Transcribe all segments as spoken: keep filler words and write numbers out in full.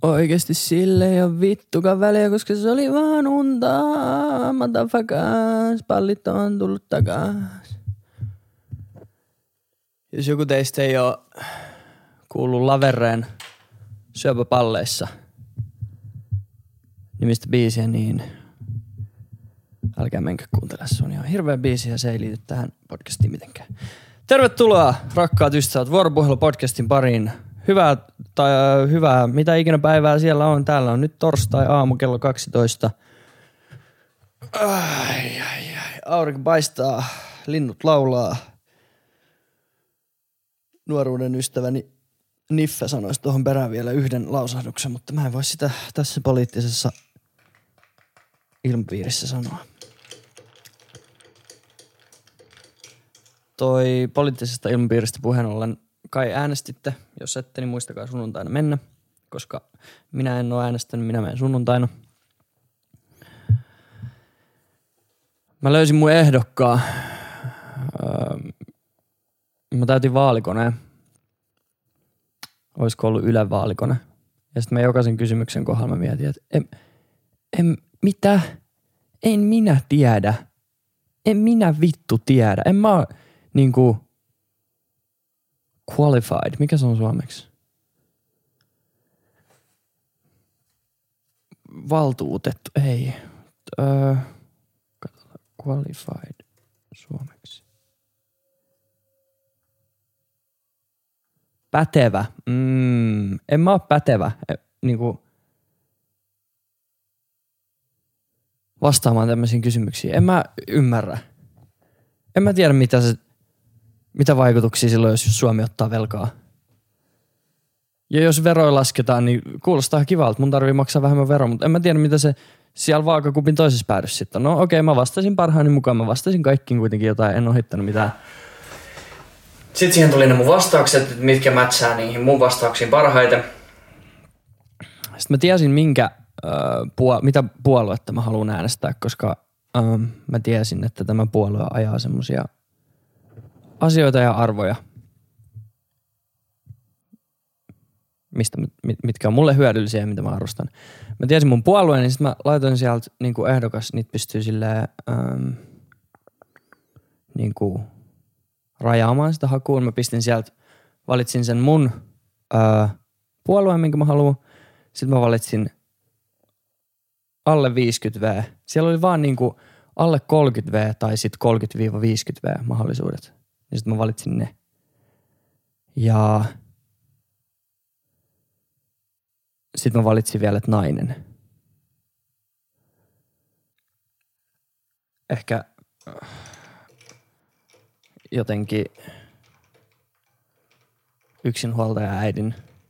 Oikeesti sille ei oo vittukaan väliä, koska se oli vaan unta. Motherfuckers, pallit on tullut takas. Jos joku teistä ei oo kuullut Lavereen Syöpäpalleissa nimistä biisiä, niin älkää menkää kuuntele. Se on ihan hirveä biisi ja se ei liity tähän podcastiin mitenkään. Tervetuloa rakkaat ystävät Vuoropuhelu-podcastin pariin. Hyvää, tai äh, hyvää, mitä ikinä päivää siellä on. Täällä on nyt torstai aamu kello kaksitoista. Ai, ai, ai. Aurinko paistaa, linnut laulaa. Nuoruuden ystäväni Niffe sanoisi tuohon perään vielä yhden lausahduksen, mutta mä en voi sitä tässä poliittisessa ilmapiirissä sanoa. Toi poliittisesta ilmapiiristä puheen ollen kai äänestitte. Jos ette, niin muistakaa sunnuntaina mennä, koska minä en ole äänestänyt, minä menen sunnuntaina. Mä löysin mun ehdokkaan. Öö, mä täytin vaalikoneen. Olisiko ollut Ylen vaalikone. Ja sitten mä jokaisen kysymyksen kohdalla mä mietin, että en, en, mitä? En minä tiedä. En minä vittu tiedä. En mä oo niinku qualified. Mikä se on suomeksi? Valtuutettu. Ei. Öö, katsotaan. Qualified suomeksi. Pätevä. Mm, en mä oo pätevä. E, niinku vastaamaan tämmöisiin kysymyksiin. En mä ymmärrä. En mä tiedä, mitä, se, mitä vaikutuksia silloin, jos Suomi ottaa velkaa. Ja jos veroja lasketaan, niin kuulostaa kivalta. Mun tarvii maksaa vähemmän veroa, mutta en mä tiedä, mitä se siellä vaakakupin toisessa päädyssä sitten on. No okei, okay, mä vastasin parhaani mukaan. Mä vastasin kaikkiin kuitenkin jotain. En ohittanut mitään. Sitten siihen tuli ne mun vastaukset, mitkä mätsää niihin mun vastauksiin parhaiten. Sitten mä tiesin, minkä, äh, puol- mitä puoluetta mä haluan äänestää, koska ähm, mä tiesin, että tämä puolue ajaa semmosia asioita ja arvoja, mistä, mit, mitkä on mulle hyödyllisiä ja mitä mä arvostan. Mä tiesin mun puolueen, niin sitten mä laitoin sieltä niin kuin ehdokas, niitä pystyy silleen ähm, niin kuin rajaamaan sitä hakuun. Mä pistin sieltä, valitsin sen mun öö, puolueen, minkä mä haluan. Sitten mä valitsin alle viisikymmentä vuotta. Siellä oli vaan niinku alle kolmekymmentä vuotta tai sitten kolmekymmentä viisikymmentä vuotta mahdollisuudet. Ja sitten mä valitsin ne. Ja sitten mä valitsin vielä, että nainen. Ehkä jotenkin yksinhuoltaja äidin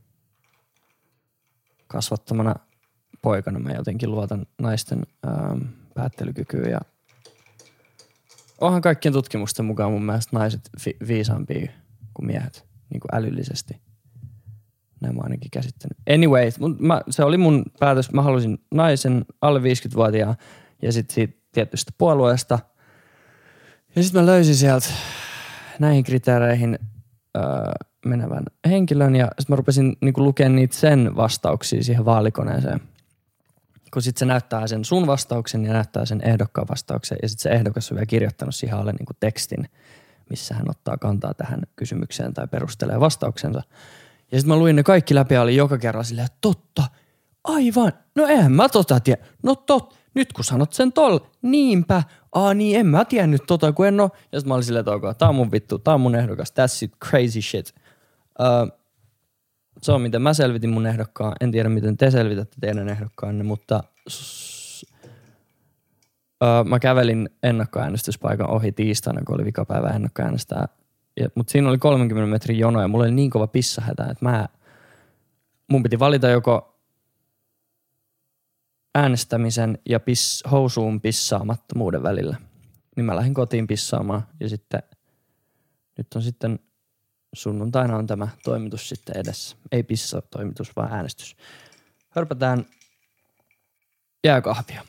kasvattamana poikana mä jotenkin luotan naisten ähm, päättelykykyyn ja onhan kaikkien tutkimusten mukaan mun mielestä naiset fi- viisaampia kuin miehet, niin kuin älyllisesti. Näin mä ainakin käsittänyt. Anyway, mun, mä, se oli mun päätös. Mä halusin naisen alle viisikymmentävuotiaan ja sit siitä tietystä puolueesta. Ja sit mä löysin sieltä näihin kriteereihin öö, menevän henkilön ja sit mä rupesin niinku lukemaan niitä sen vastauksia siihen vaalikoneeseen. Kun sit se näyttää sen sun vastauksen ja näyttää sen ehdokkaan vastauksen ja sit se ehdokas on vielä kirjoittanut siihen alle niinku tekstin, missä hän ottaa kantaa tähän kysymykseen tai perustelee vastauksensa. Ja sit mä luin ne kaikki läpi ja oli joka kerran silleen, että totta, aivan, no eihän mä tota tiedä, no tot, nyt kun sanot sen tol, niinpä, aa niin en mä tiennyt tota kun en oo. Ja sit mä olin silleen, että ok, tää on mun vittu, tää on mun ehdokas, that's it, crazy shit. Uh, se on miten mä selvitin mun ehdokkaan, en tiedä miten te selvitätte teidän ehdokkaanne, mutta s- uh, mä kävelin ennakkoäänestyspaikan ohi tiistaina, kun oli vikapäivä ennakkoäänestää. Ja, mutta siinä oli kolmenkymmenen metrin jono ja mulla oli niin kova pissahätä, että mä, mun piti valita joko äänestämisen ja piss, housuun pissaamattomuuden välillä. Niin mä lähdin kotiin pissaamaan ja sitten nyt on sitten sunnuntaina on tämä toimitus sitten edessä. Ei pissa-toimitus, vaan äänestys. Hörpätään jääkahvia.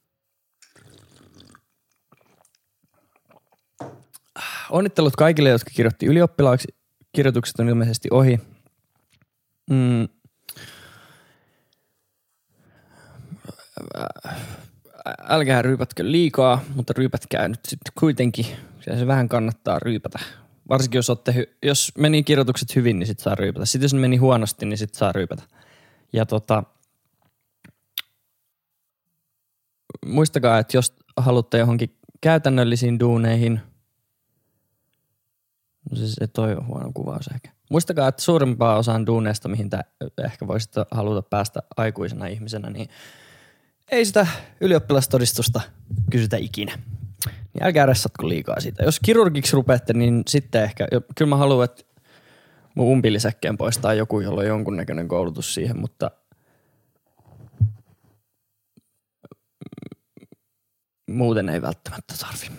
Onnittelut kaikille, jotka kirjoitti ylioppilaaksi. Kirjoitukset on ilmeisesti ohi. Mm. älkää ryypätkö liikaa, mutta ryypätkää nyt sitten kuitenkin. Se vähän kannattaa ryypätä. Varsinkin jos, olette hy- jos meni kirjoitukset hyvin, niin sit saa ryypätä. Sitten jos ne meni huonosti, niin sit saa ryypätä. Ja tota, muistakaa, että jos haluatte johonkin käytännöllisiin duuneihin, no siis se toi on huono kuvaus ehkä. Muistakaa, että suurimpaa osaan duuneista, mihin te ehkä voisitte haluta päästä aikuisena ihmisenä, niin ei sitä ylioppilastodistusta kysytä ikinä. Niin älkää ressatko liikaa siitä. Jos kirurgiksi rupeatte, niin sitten ehkä, kyllä mä haluan, että mun umpilisäkkeen poistaa joku, jolla on jonkunnäköinen koulutus siihen, mutta muuten ei välttämättä tarvi.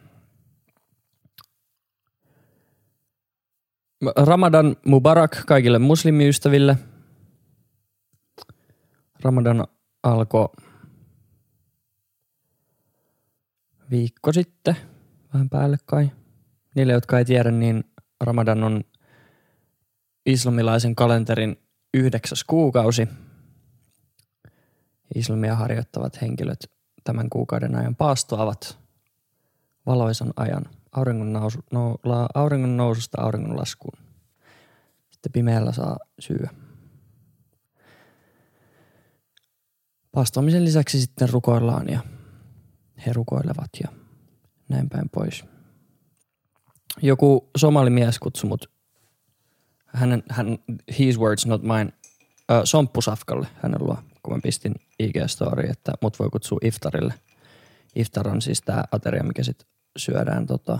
Ramadan Mubarak kaikille muslimiystäville. Ramadan alkoi viikko sitten, vähän päälle kai. Niille, jotka ei tiedä, niin Ramadan on islamilaisen kalenterin yhdeksäs kuukausi. Islamia harjoittavat henkilöt tämän kuukauden ajan paastoavat valoisan ajan auringon, nousu, no, la, auringon noususta auringon laskuun. Sitten pimeällä saa syödä. Paastoamisen lisäksi sitten rukoillaan ja he rukoilevat ja näin päin pois. Joku somalimies kutsui mut, hänen, hän, his words not mine, äh, somppusafkalle hänen luo, kun mä pistin I G-story, että mut voi kutsua iftarille. Iftar on siis tää ateria, mikä sit syödään tota,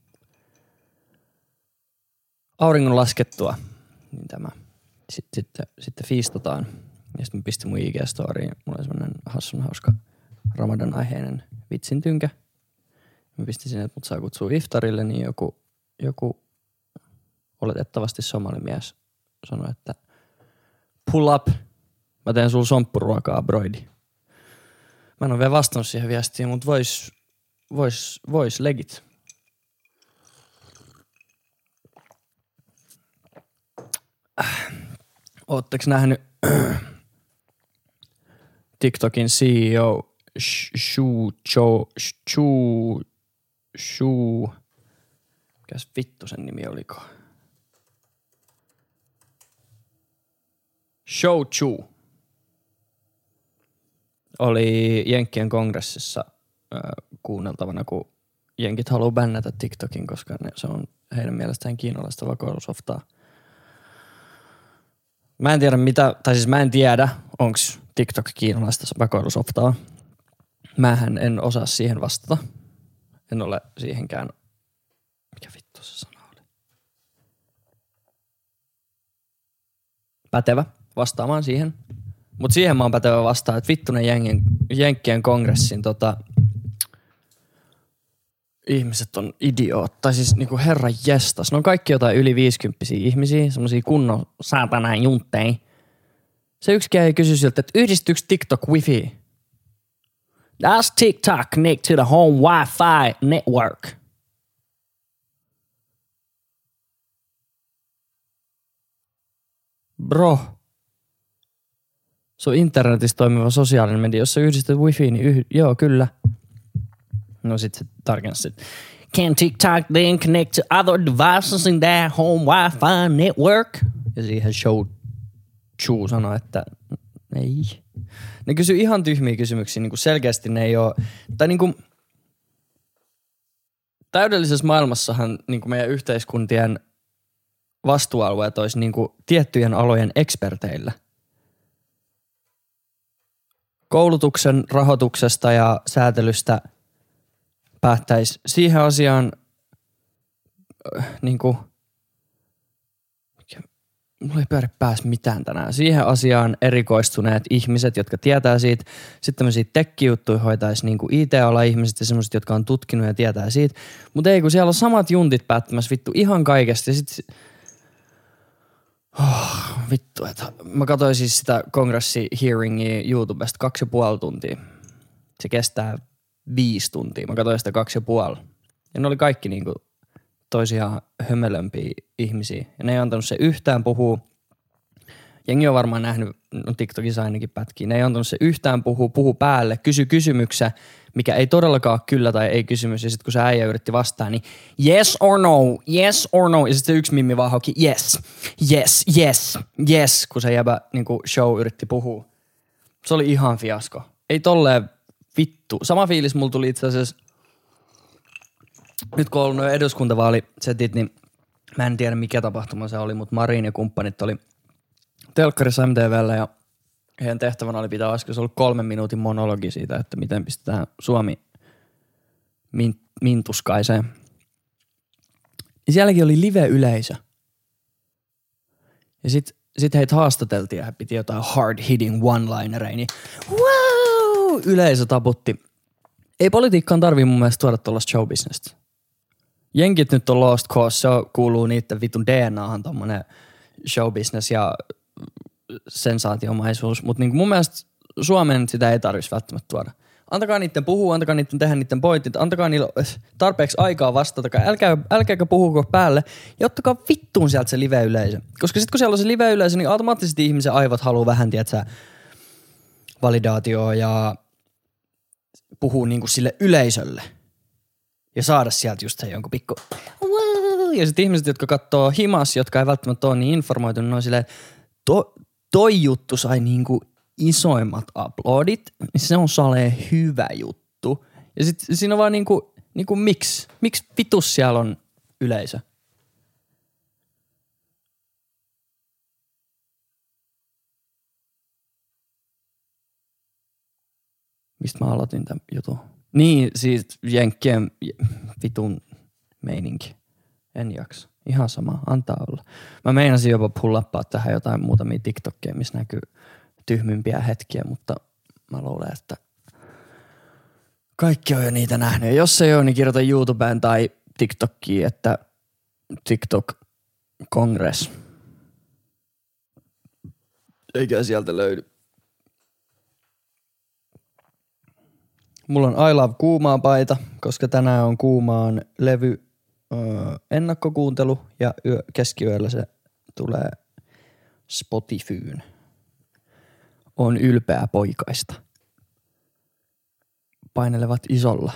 auringon laskettua, niin tämä sitten sit, sit fiistotaan. Ja sitten mä pistin mun I G-storyin, mulla oli semmonen hassun hauska Ramadan-aiheinen vitsintynkä. Mä pistin sinne, että mut saa kutsua iftarille, niin joku, joku oletettavasti somalimies sanoi, että pull up, mä teen sulla somppuruokaa, broidi. Mä en ole vielä vastannut siihen viestiin, mutta vois, vois, vois legit. Ootteks nähnyt TikTokin C E O Shu Cho Shu Shu mikäs vittu sen nimi oliko? Shou Chu oli Jenkkien kongressissa äh, kuunneltavana, kun jenkit haluaa bännätä TikTokin, koska ne, se on heidän mielestään kiinalaista vakoilusoftaa. Mä en tiedä mitä, tai siis mä en tiedä, onks TikTok kiinalaista vakoilusoftaa. Mähän en osaa siihen vastata. En ole siihenkään, mikä vittu se sana oli? Pätevä vastaamaan siihen. Mut siihen mä oon pätevä vastaan, että vittunen jengen, Jenkkien kongressin tota, ihmiset on idioot. Tai siis niinku herran jestas. Ne on kaikki jotain yli viisikymppisiä ihmisiä, semmosia kunnon saatanaan junttei. Se yksikään ei kysy siltä, että yhdistyykö TikTok wifi? Does TikTok connect to the home Wi-Fi network? Bro. Se on internetissä toimiva sosiaalinen media. Jos sä yhdistät wifi, niin yh- joo, kyllä. No sit se tarkensi, että can TikTok then connect to other devices in their home Wi-Fi network? Ja siihen show Chu sanoi, että ei. Ne kysyy ihan tyhmiä kysymyksiä, niin kuin selkeästi ne ei ole, tai niin kuin täydellisessä maailmassahan niin kuin meidän yhteiskuntien vastuualueet olisi niin kuin tiettyjen alojen eksperteillä. Koulutuksen rahoituksesta ja säätelystä päättäisi siihen asiaan äh, niin kuin, mulla ei pyöri pääs mitään tänään. Siihen asiaan erikoistuneet ihmiset, jotka tietää siitä. Sitten tämmöisiä tekki-juttuja hoitaisi niin kuin I T-alan ihmiset ja semmoiset, jotka on tutkinut ja tietää siitä. Mutta ei, kun siellä on samat juntit päättämässä vittu ihan kaikesta. Ja sit oh, vittu, että mä katsoin siis sitä kongressi-hearingia YouTubesta kaksi ja puoli tuntia. Se kestää viisi tuntia. Mä katsoin sitä kaksi ja puoli. Ja ne oli kaikki niinku toisiaan hömelömpiä ihmisiä. Ja ne ei antanut se yhtään puhua. jengi on varmaan nähnyt, no TikTokissa ainakin pätkiä, ne ei antanut se yhtään puhua, puhu päälle, kysy kysymyksä, mikä ei todellakaan ole kyllä tai ei kysymys. Ja sitten kun se äijä yritti vastaa, niin yes or no, yes or no. Ja sitten se yksi mimmi vaan hauki, yes, yes, yes, yes, kun se jäbä niin kuin show yritti puhua. Se oli ihan fiasko. Ei tolleen vittu. Sama fiilis mulla tuli itse asiassa, nyt kun on ollut noin eduskuntavaalisetit, niin mä en tiedä mikä tapahtuma se oli, mutta Marin ja kumppanit oli telkkarissa M T V:llä ja heidän tehtävänä oli pitää olisiko se ollut kolmen minuutin monologi siitä, että miten pistetään Suomi min, mintuskaiseen. Ja sielläkin oli live-yleisö. Ja sit, sit heitä haastateltiin ja he piti jotain hard-hitting one-linereja, niin wow! Yleisö taputti. Ei politiikkaan tarvii mun mielestä tuoda tuollaista showbusinessta. Jenkit nyt on lost cause, se kuuluu niiden vitun D N Ahan tommonen showbusiness ja sensaatiomaisuus, mutta niin mun mielestä Suomen sitä ei tarvitsisi välttämättä tuoda. Antakaa niiden puhua, antakaa niiden tehdä niiden pointit, antakaa niille tarpeeksi aikaa vastata, älkää, älkääkä puhuko päälle ja ottakaa vittuun sieltä se live-yleisö. Koska sitten kun siellä on se live-yleisö, niin automaattisesti ihmisen aivot haluaa vähän, tiedätkö, validaatioa ja puhuu niinku sille yleisölle. Ja saada sieltä just se jonkun pikku ja sitten ihmiset, jotka katsoo himas, jotka ei välttämättä ole niin informoitunut, ne on silleen, to, toi juttu sai niinku isoimmat uploadit, niin se on salee hyvä juttu. Ja sitten siinä on vaan niinku, niinku miksi? Miksi vitus siellä on yleisö? Mistä mä aloitin tämän jutun? Niin, siis jenkkien vitun meininki. En jaksa. Ihan sama. Antaa olla. Mä meinasin jopa pullappaa tähän jotain muutamia TikTokkeja, missä näkyy tyhmimpiä hetkiä, mutta mä luulen, että kaikki on jo niitä nähnyt. Ja jos ei ole, niin kirjoita YouTubeen tai TikTokkiin, että TikTok Congress. Eikä sieltä löydy. Mulla on I Love Kuumaa paita, koska tänään on Kuumaan levy öö, ennakkokuuntelu ja yö, keskiyöllä se tulee Spotifyyn. On ylpeä poikaista. Painelevat isolla.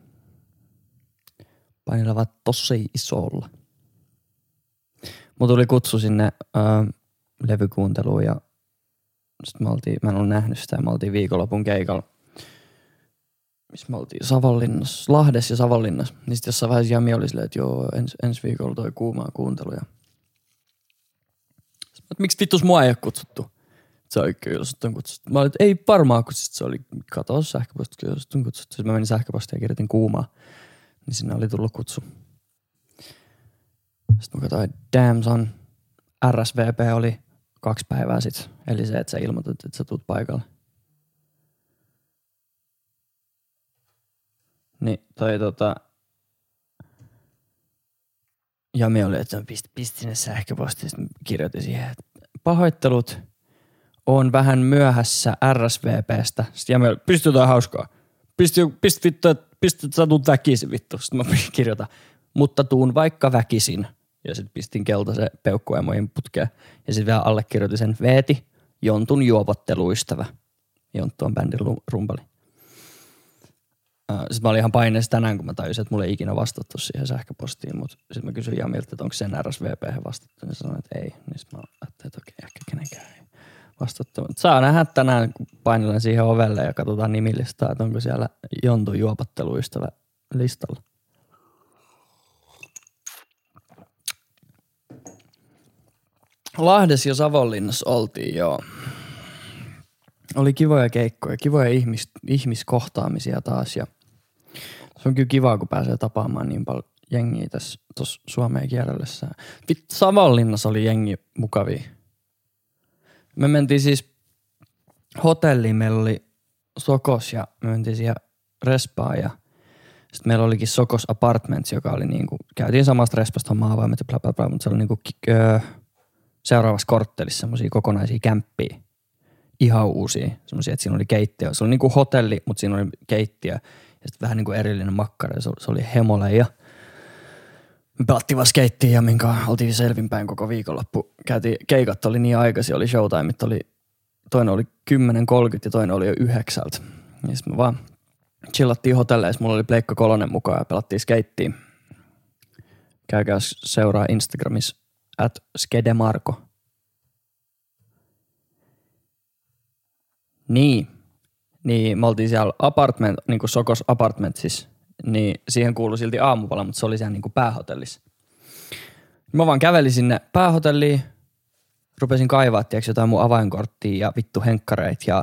Painelevat tosi isolla. Mulla tuli kutsu sinne öö, levykuunteluun ja sit me oltiin, mä en ollut nähnyt sitä ja me oltiin viikonlopun keikalla. Missä me oltiin Savonlinnassa, Lahdessa ja Savonlinnassa. Niin sit jossain vaiheessa Jami oli silleen, että joo, ens, ensi viikolla toi Kuumaa kuuntelu. Ja että miksi vittus mua ei ole kutsuttu? Se oli kyllä, sut on kutsuttu. Mä olin, että ei varmaan, kun sit se oli, kato sähköposti, kyllä sut on kutsuttu. Sitten mä menin sähköpostiin ja kirjoitin Kuumaa. Niin sinne oli tullut kutsu. Sitten mä katsoin, damn son, R S V P oli kaksi päivää sit. Eli se, että sä ilmoitat, että sä tuut paikalle. Niin toi tota, Jami oli, että pisti, pisti sinne sähköpostiin, sitten kirjoitin siihen, että pahoittelut on vähän myöhässä R S V P:stä. Sitten Jami oli, pisti jotain hauskaa. Pisti, pisti vittu, että pisti, että sä tuut väkisin vittu. Sitten mä kirjoitan, mutta tuun vaikka väkisin. Ja sitten pistin keltaisen peukkuemojen putkeen. Ja sitten vielä allekirjoitin sen Veeti, Jontun juopotteluystävä. Jonttu on bändin rumpali. Sitten mä olin ihan paineessa tänään, kun mä tajusin, että mulle ei ikinä vastattu siihen sähköpostiin, mutta sitten mä kysyin Jamilta, että onko sen R S V P:hen vastattu, niin sanoin, että ei. Niin sitten mä ajattelin, että okei, ehkä kenenkään ei vastattu. Mutta saa nähdä tänään, kun painelen siihen ovelle ja katsotaan nimilistaa, että onko siellä Jontun juopotteluystävä listalla. Lahdessa ja Savonlinnassa oltiin, joo. Oli kivoja keikkoja, kivoja ihmis, ihmiskohtaamisia taas ja se on kyllä kivaa, kun pääsee tapaamaan niin paljon jengiä tässä tuossa suomeen kielellessä. Vittu, Savonlinnassa oli jengi mukavia. Me mentiin siis hotelliin, meillä oli Sokos ja me mentiin siihen respaan ja sitten meillä olikin Sokos Apartments, joka oli niinku, käytiin samasta respasta hommaa avaimet ja bla bla bla, mutta se oli niinku öö, seuraavassa korttelissa semmosia kokonaisia kämppiä. Ihan uusia, semmoisia, että siinä oli keittiö. Se oli niinku hotelli, mutta siinä oli keittiö ja sitten vähän niinku erillinen makkara. Se oli, se oli hemoleja. Me pelattiin vaan skeittiä ja minkä oltiin selvinpäin koko viikonloppu. Käytiin, keikat oli niin aikaisin, oli showtimeit, oli, toinen oli kymmenen kolmekymmentä ja toinen oli jo yhdeksältä. Ja sitten me vaan chillattiin hotelleissa, mulla oli Pleikka Kolonen mukaan ja pelattiin skeittiä. Käykää seuraa Instagramissa at skedemarko. Niin, niin me oltiin siellä apartment, niin kuin Sokos Apartmentsissa, niin siihen kuului silti aamupala, mutta se oli siellä niin kuin päähotellissa. Mä vaan kävelin sinne päähotelliin, rupesin kaivaa, tiiäks, jotain mun avainkorttia ja vittu henkkareit ja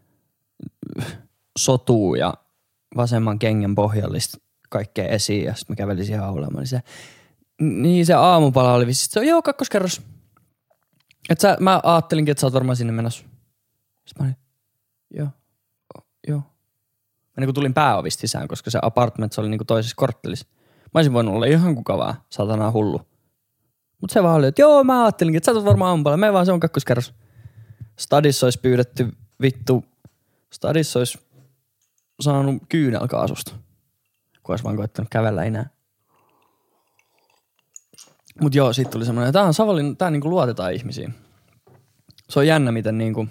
sotuu ja vasemman kengen pohjallista kaikkea esiin ja sitten mä kävelin siihen aulamaan. Se, niin se aamupala oli vissi, se on joo kakkoskerros. Et sä, mä ajattelinkin, että sä oot varmaan sinne menossa. Sitten mä olin, joo, joo. Mä niin kuin tulin pääovista sisään, koska se apartment oli niin kuin toisessa korttelissa. Mä olisin voinut olla ihan kukavaa, satanaa hullu. Mut se vaan oli, että joo, mä ajattelinkin, että sä oot varmaan aamupala. Me vaan, se on kakkoskerros. Stadissa olisi pyydetty vittu, Stadissa olisi saanut kyynelkaasusta, kun olisi vaan koittanut kävellä enää. Mut joo, sit tuli semmonen, että tää on Savonlinna, tää niinku luotetaan ihmisiin. Se on jännä, miten niinku,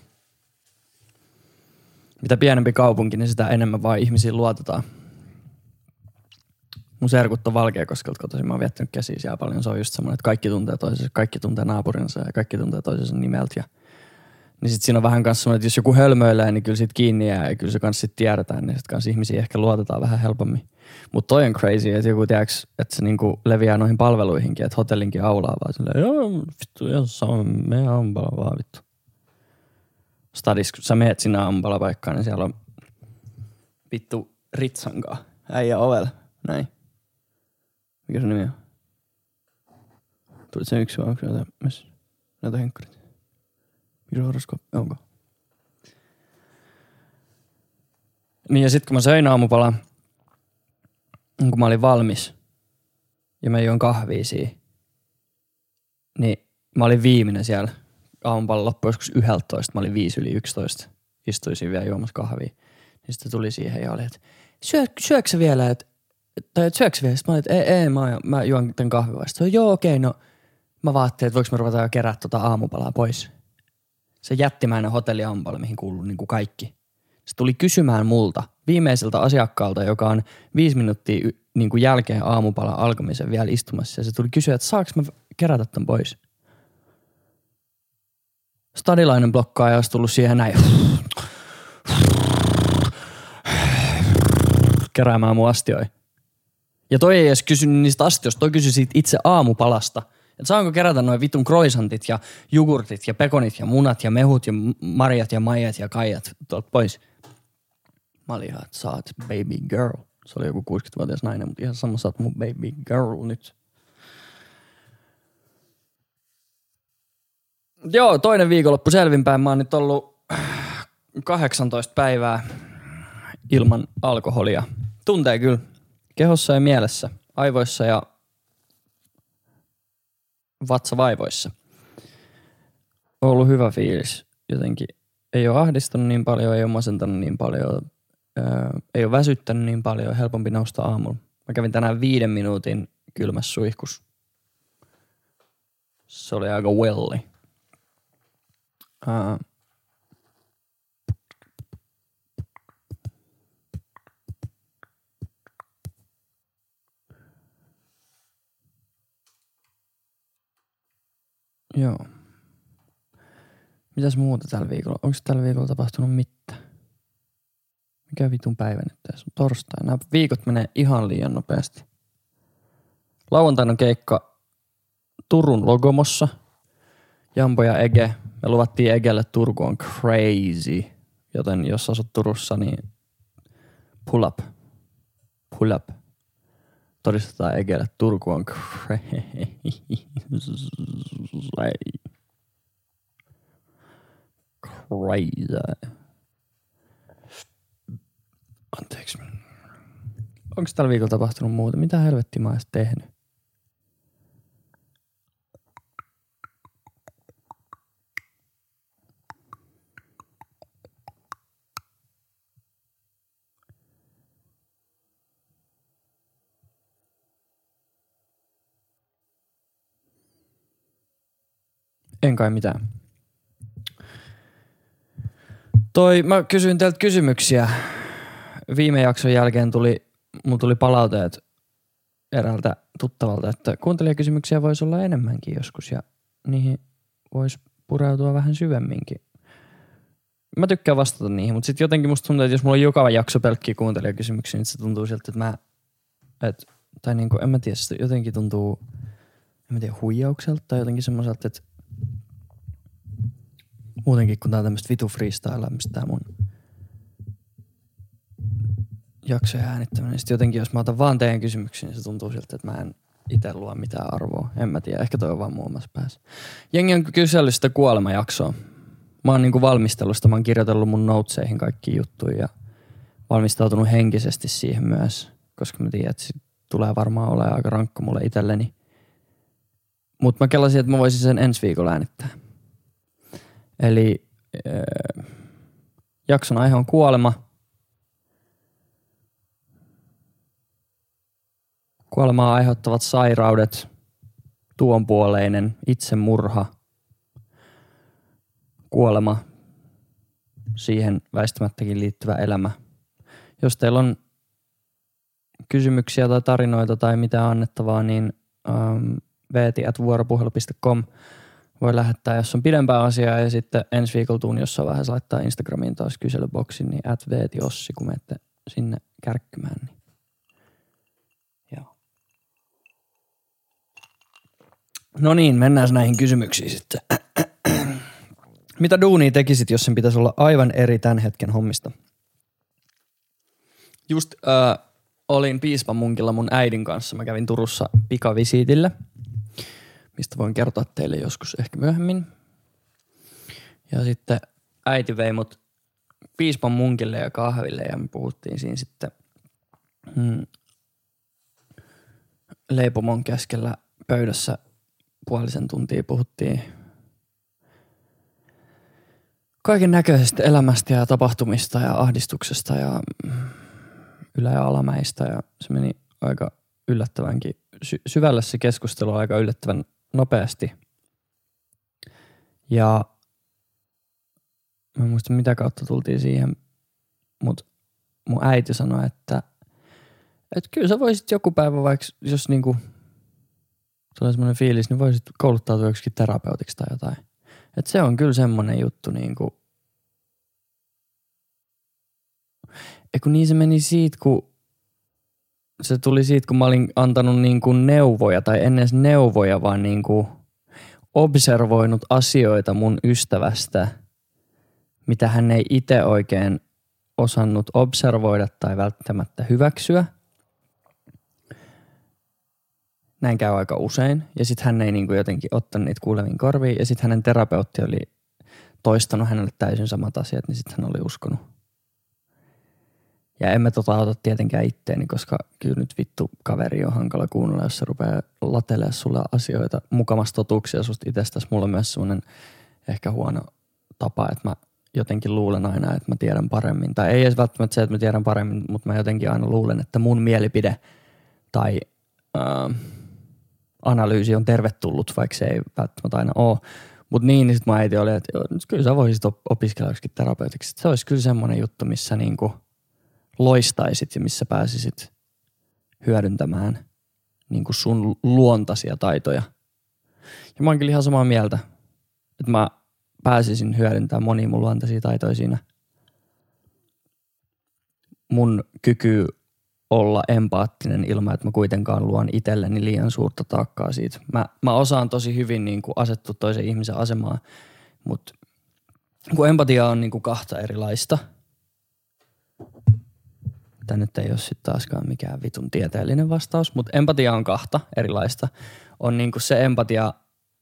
mitä pienempi kaupunki, niin sitä enemmän vaan ihmisiin luotetaan. Mun serkut on Valkeakoskelta kotoisin, mä oon viettänyt käsiä siellä paljon. Se on just semmonen, että kaikki tuntee toisensa, kaikki tuntee naapurinsa ja kaikki tuntee toisensa nimeltä. Ja niin sit siinä on vähän kanssa semmoinen, että jos joku hölmöilee, niin kyllä sit kiinni jää ja kyllä se kanssa sit tiedetään, niin sit kanssa ihmisiä ehkä luotetaan vähän helpommin. Mut toi on crazy, että joku tiedäks, että se niinku leviää noihin palveluihinkin, että hotellinkin aulaa vaan silleen, joo, vittu, ihan sama, me aamupala vaan vittu. Stadis, kun sä meet sinne aamupalapaikkaan, niin siellä on vittu ritsankaa, äijä ovella, näin. Mikä se nimi on? Tulit sen yksi vai onko näitä, missä? Näitä henkkarit. Mikä se horoskooppi? Onko? Niin ja sit kun mä söin aamupala, kun mä olin valmis ja mä join kahvia siihen, niin mä olin viimeinen siellä. Aamupala loppui joskus yhdeltätoista, mä olin viisi yli yksitoista. Istuisin vielä juomassa kahvia. Niin sitten tuli siihen ja oli, että syö, syöksä vielä, että tai et syöksä vielä? Sitten mä olin, että ei, ei mä, mä juon tämän kahvin vasta. Joo, okei, no mä vaattelin, että voiko mä ruveta jo kerää tota aamupalaa pois. Se jättimäinen hotelli aamupala, mihin kuuluu niin kuin kaikki. Se tuli kysymään multa, viimeiseltä asiakkaalta, joka on viisi minuuttia niin kuin jälkeen aamupalan alkamisen vielä istumassa. Ja se tuli kysyä, että saaks mä kerätä tämän pois. Stadilainen blokkaaja olisi tullut siihen näin. Keräämään mun astioi. Ja toi ei edes kysynyt niistä astioista, toi kysyi siitä itse aamupalasta. Että saanko kerätä noin vitun croissantit ja jogurtit ja pekonit ja munat ja mehut ja marjat ja maijat ja kaijat tuolta pois. Mä olin ihan, että sä oot baby girl. Se oli joku kuusikymmentävuotias nainen, mutta ihan sama, sä oot mun baby girl nyt. Joo, toinen viikonloppu selvinpäin. Mä oon nyt ollut kahdeksantoista päivää ilman alkoholia. Tuntee kyllä kehossa ja mielessä, aivoissa ja vatsavaivoissa. On ollut hyvä fiilis jotenkin. Ei ole ahdistanut niin paljon, ei ole masentanut niin paljon, ää, ei ole väsyttänyt niin paljon, helpompi nousta aamulla. Mä kävin tänään viiden minuutin kylmässä suihkus. Se oli aika welli. Ää, Joo. Mitäs muuta tällä viikolla? Onko tällä viikolla tapahtunut mitään? Mikä vitun päivä nyt tässä on? Torstai. Nämä viikot menee ihan liian nopeasti. Lauantaina on keikka Turun Logomossa. Jampo ja Ege. Me luvattiin Egelle Turku on crazy. Joten jos asut Turussa, niin pull up. Pull up. Todistetaan Egelle Turku on crazy. Crazy. Anteeksi. Onko tällä viikolla tapahtunut muuta? Mitä helvettiä mä oon edes tehnyt? En kai mitään. Toi, mä kysyin teiltä kysymyksiä. Viime jakson jälkeen tuli, mun tuli palauteet eräältä tuttavalta, että kuuntelijakysymyksiä voisi olla enemmänkin joskus ja niihin voisi pureutua vähän syvemminkin. Mä tykkään vastata niihin, mutta sitten jotenkin musta tuntuu, että jos mulla on joka jakso pelkkiä kuuntelijakysymyksiä, niin se tuntuu siltä, että mä, et, tai niinku, en mä tiedä, se jotenkin tuntuu, en mä tiedä, huijaukselta tai jotenkin semmoiselta, että muutenkin kun tää on tämmöstä vitu freestylea, mistä tää mun jaksojen äänittäminen, niin sit jotenkin jos mä otan vaan teidän kysymyksiä, niin se tuntuu siltä, että mä en ite luo mitään arvoa. En mä tiedä, ehkä toi on vaan muun muassa päässä. Jengi on kysellyt sitä kuolemajaksoa. Mä oon niinku valmistellut sitä, mä oon kirjoitellut mun noteseihin kaikki juttuja ja valmistautunut henkisesti siihen myös, koska mä tiedän, että se tulee varmaan olemaan aika rankka mulle itselleni. Mut mä kelasin, että mä voisin sen ensi viikolla äänittää. Eli äh, jakson aihe on kuolema. Kuolemaa aiheuttavat sairaudet, tuonpuoleinen, itsemurha, kuolema, siihen väistämättäkin liittyvä elämä. Jos teillä on kysymyksiä tai tarinoita tai mitään annettavaa, niin ähm, veeti at vuoropuhelu piste com voi lähettää, jos on pidempää asiaa. Ja sitten ensi viikolla tuun jossain vaiheessa laittaa Instagramiin taas kyselyboxin, niin at veetiossi, kun menette sinne kärkkymään. Niin. Joo. No niin, mennään näihin kysymyksiin sitten. Mitä duunia tekisit, jos sen pitäisi olla aivan eri tämän hetken hommista? Just äh, olin piispan munkilla mun äidin kanssa. Mä kävin Turussa pikavisiitillä, mistä voin kertoa teille joskus ehkä myöhemmin. Ja sitten äiti vei mut piispan munkille ja kahville ja me puhuttiin siinä sitten hmm, leipomon keskellä pöydässä puolisen tuntia puhuttiin kaiken näköisestä elämästä ja tapahtumista ja ahdistuksesta ja ylä- ja alamäistä ja se meni aika yllättävänkin sy- syvälle se keskustelu aika yllättävän nopeasti. Ja mä en muista mitä kautta tultiin siihen, mutta mun äiti sanoi, että et kyllä sä voisit joku päivä vaikka, jos niinku tulee semmoinen fiilis, niin voisit kouluttautua joksikin terapeutiksi tai jotain. Että se on kyllä semmoinen juttu niinku. Eiku niin se meni siitä, kun se tuli siitä, kun mä olin antanut niinku neuvoja tai ennen neuvoja, vaan niinku observoinut asioita mun ystävästä, mitä hän ei itse oikein osannut observoida tai välttämättä hyväksyä. Näin käy aika usein. Ja sitten hän ei niinku jotenkin ottanut niitä kuuleviin korviin. Ja sitten hänen terapeutti oli toistanut hänelle täysin samat asiat, niin sitten hän oli uskonut. Ja en mä tota ota tietenkään itteeni, koska kyllä nyt vittu kaveri on hankala kuunnella, jos se rupeaa latelemaan sulle asioita mukamassa totuuksia susta itsestäsi. Mulla on myös semmoinen ehkä huono tapa, että mä jotenkin luulen aina, että mä tiedän paremmin. Tai ei edes välttämättä se, että mä tiedän paremmin, mutta mä jotenkin aina luulen, että mun mielipide tai äh, analyysi on tervetullut, vaikka se ei välttämättä aina ole. Mutta niin, niin sit mun äiti oli, että joo, kyllä sä voisit opiskella joskin terapeutiksi. Se olisi kyllä semmoinen juttu, missä niinku loistaisit ja missä pääsisit hyödyntämään niinku sun luontaisia taitoja. Ja mä oon kyllä ihan samaa mieltä, että mä pääsisin hyödyntämään monia mun luontaisia taitoja siinä. Mun kyky olla empaattinen ilman, että mä kuitenkaan luon itselleni liian suurta taakkaa siitä. Mä, mä osaan tosi hyvin niin kuin asettua toisen ihmisen asemaan, mutta kun empatia on niin kuin kahta erilaista, tämä nyt ei ole sitten taaskaan mikään vitun tieteellinen vastaus, mutta empatia on kahta erilaista. On niin kuin se empatia,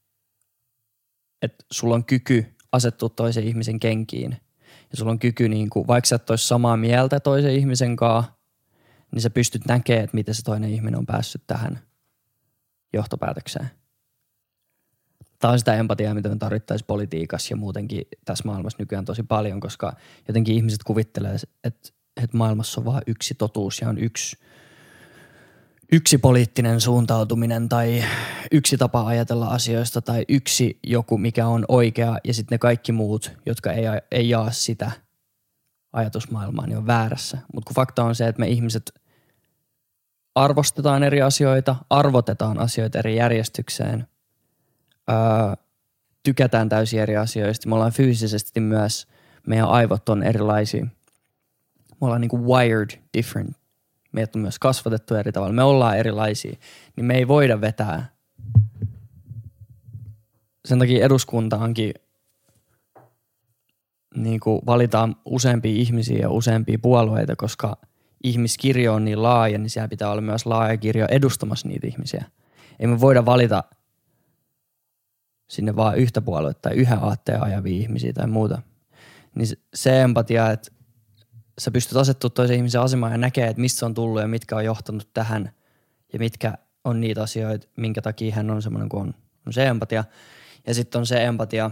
että sulla on kyky asettua toisen ihmisen kenkiin ja sulla on kyky, niin kuin, vaikka sä et ois samaa mieltä toisen ihmisen kanssa, niin sä pystyt näkemään, että miten se toinen ihminen on päässyt tähän johtopäätökseen. Tämä on sitä empatiaa, mitä me tarvittaisiin politiikassa ja muutenkin tässä maailmassa nykyään tosi paljon, koska jotenkin ihmiset kuvittelee, että, että maailmassa on vain yksi totuus ja on yksi, yksi poliittinen suuntautuminen tai yksi tapa ajatella asioista tai yksi joku, mikä on oikea ja sitten ne kaikki muut, jotka ei, ei jaa sitä ajatusmaailmaa, niin on väärässä. Mutta kun fakta on se, että me ihmiset arvostetaan eri asioita, arvotetaan asioita eri järjestykseen, öö, tykätään täysin eri asioista. Me ollaan fyysisesti myös, meidän aivot on erilaisia. Me ollaan niinku wired different. Meidät on myös kasvatettu eri tavalla. Me ollaan erilaisia, niin me ei voida vetää. Sen takia eduskuntaankin niinku valitaan useampia ihmisiä ja useampia puolueita, koska ihmiskirjo on niin laaja, niin siellä pitää olla myös laaja kirjo edustamassa niitä ihmisiä. Ei me voida valita sinne vaan yhtä puoluetta tai yhden aatteen ajavia ihmisiä tai muuta. Niin se empatia, että sä pystyt asettumaan toisen ihmisen asemaan ja näkee, että mistä se on tullut ja mitkä on johtanut tähän ja mitkä on niitä asioita, minkä takia hän on semmoinen kuin on. On se empatia. Ja sitten on se empatia,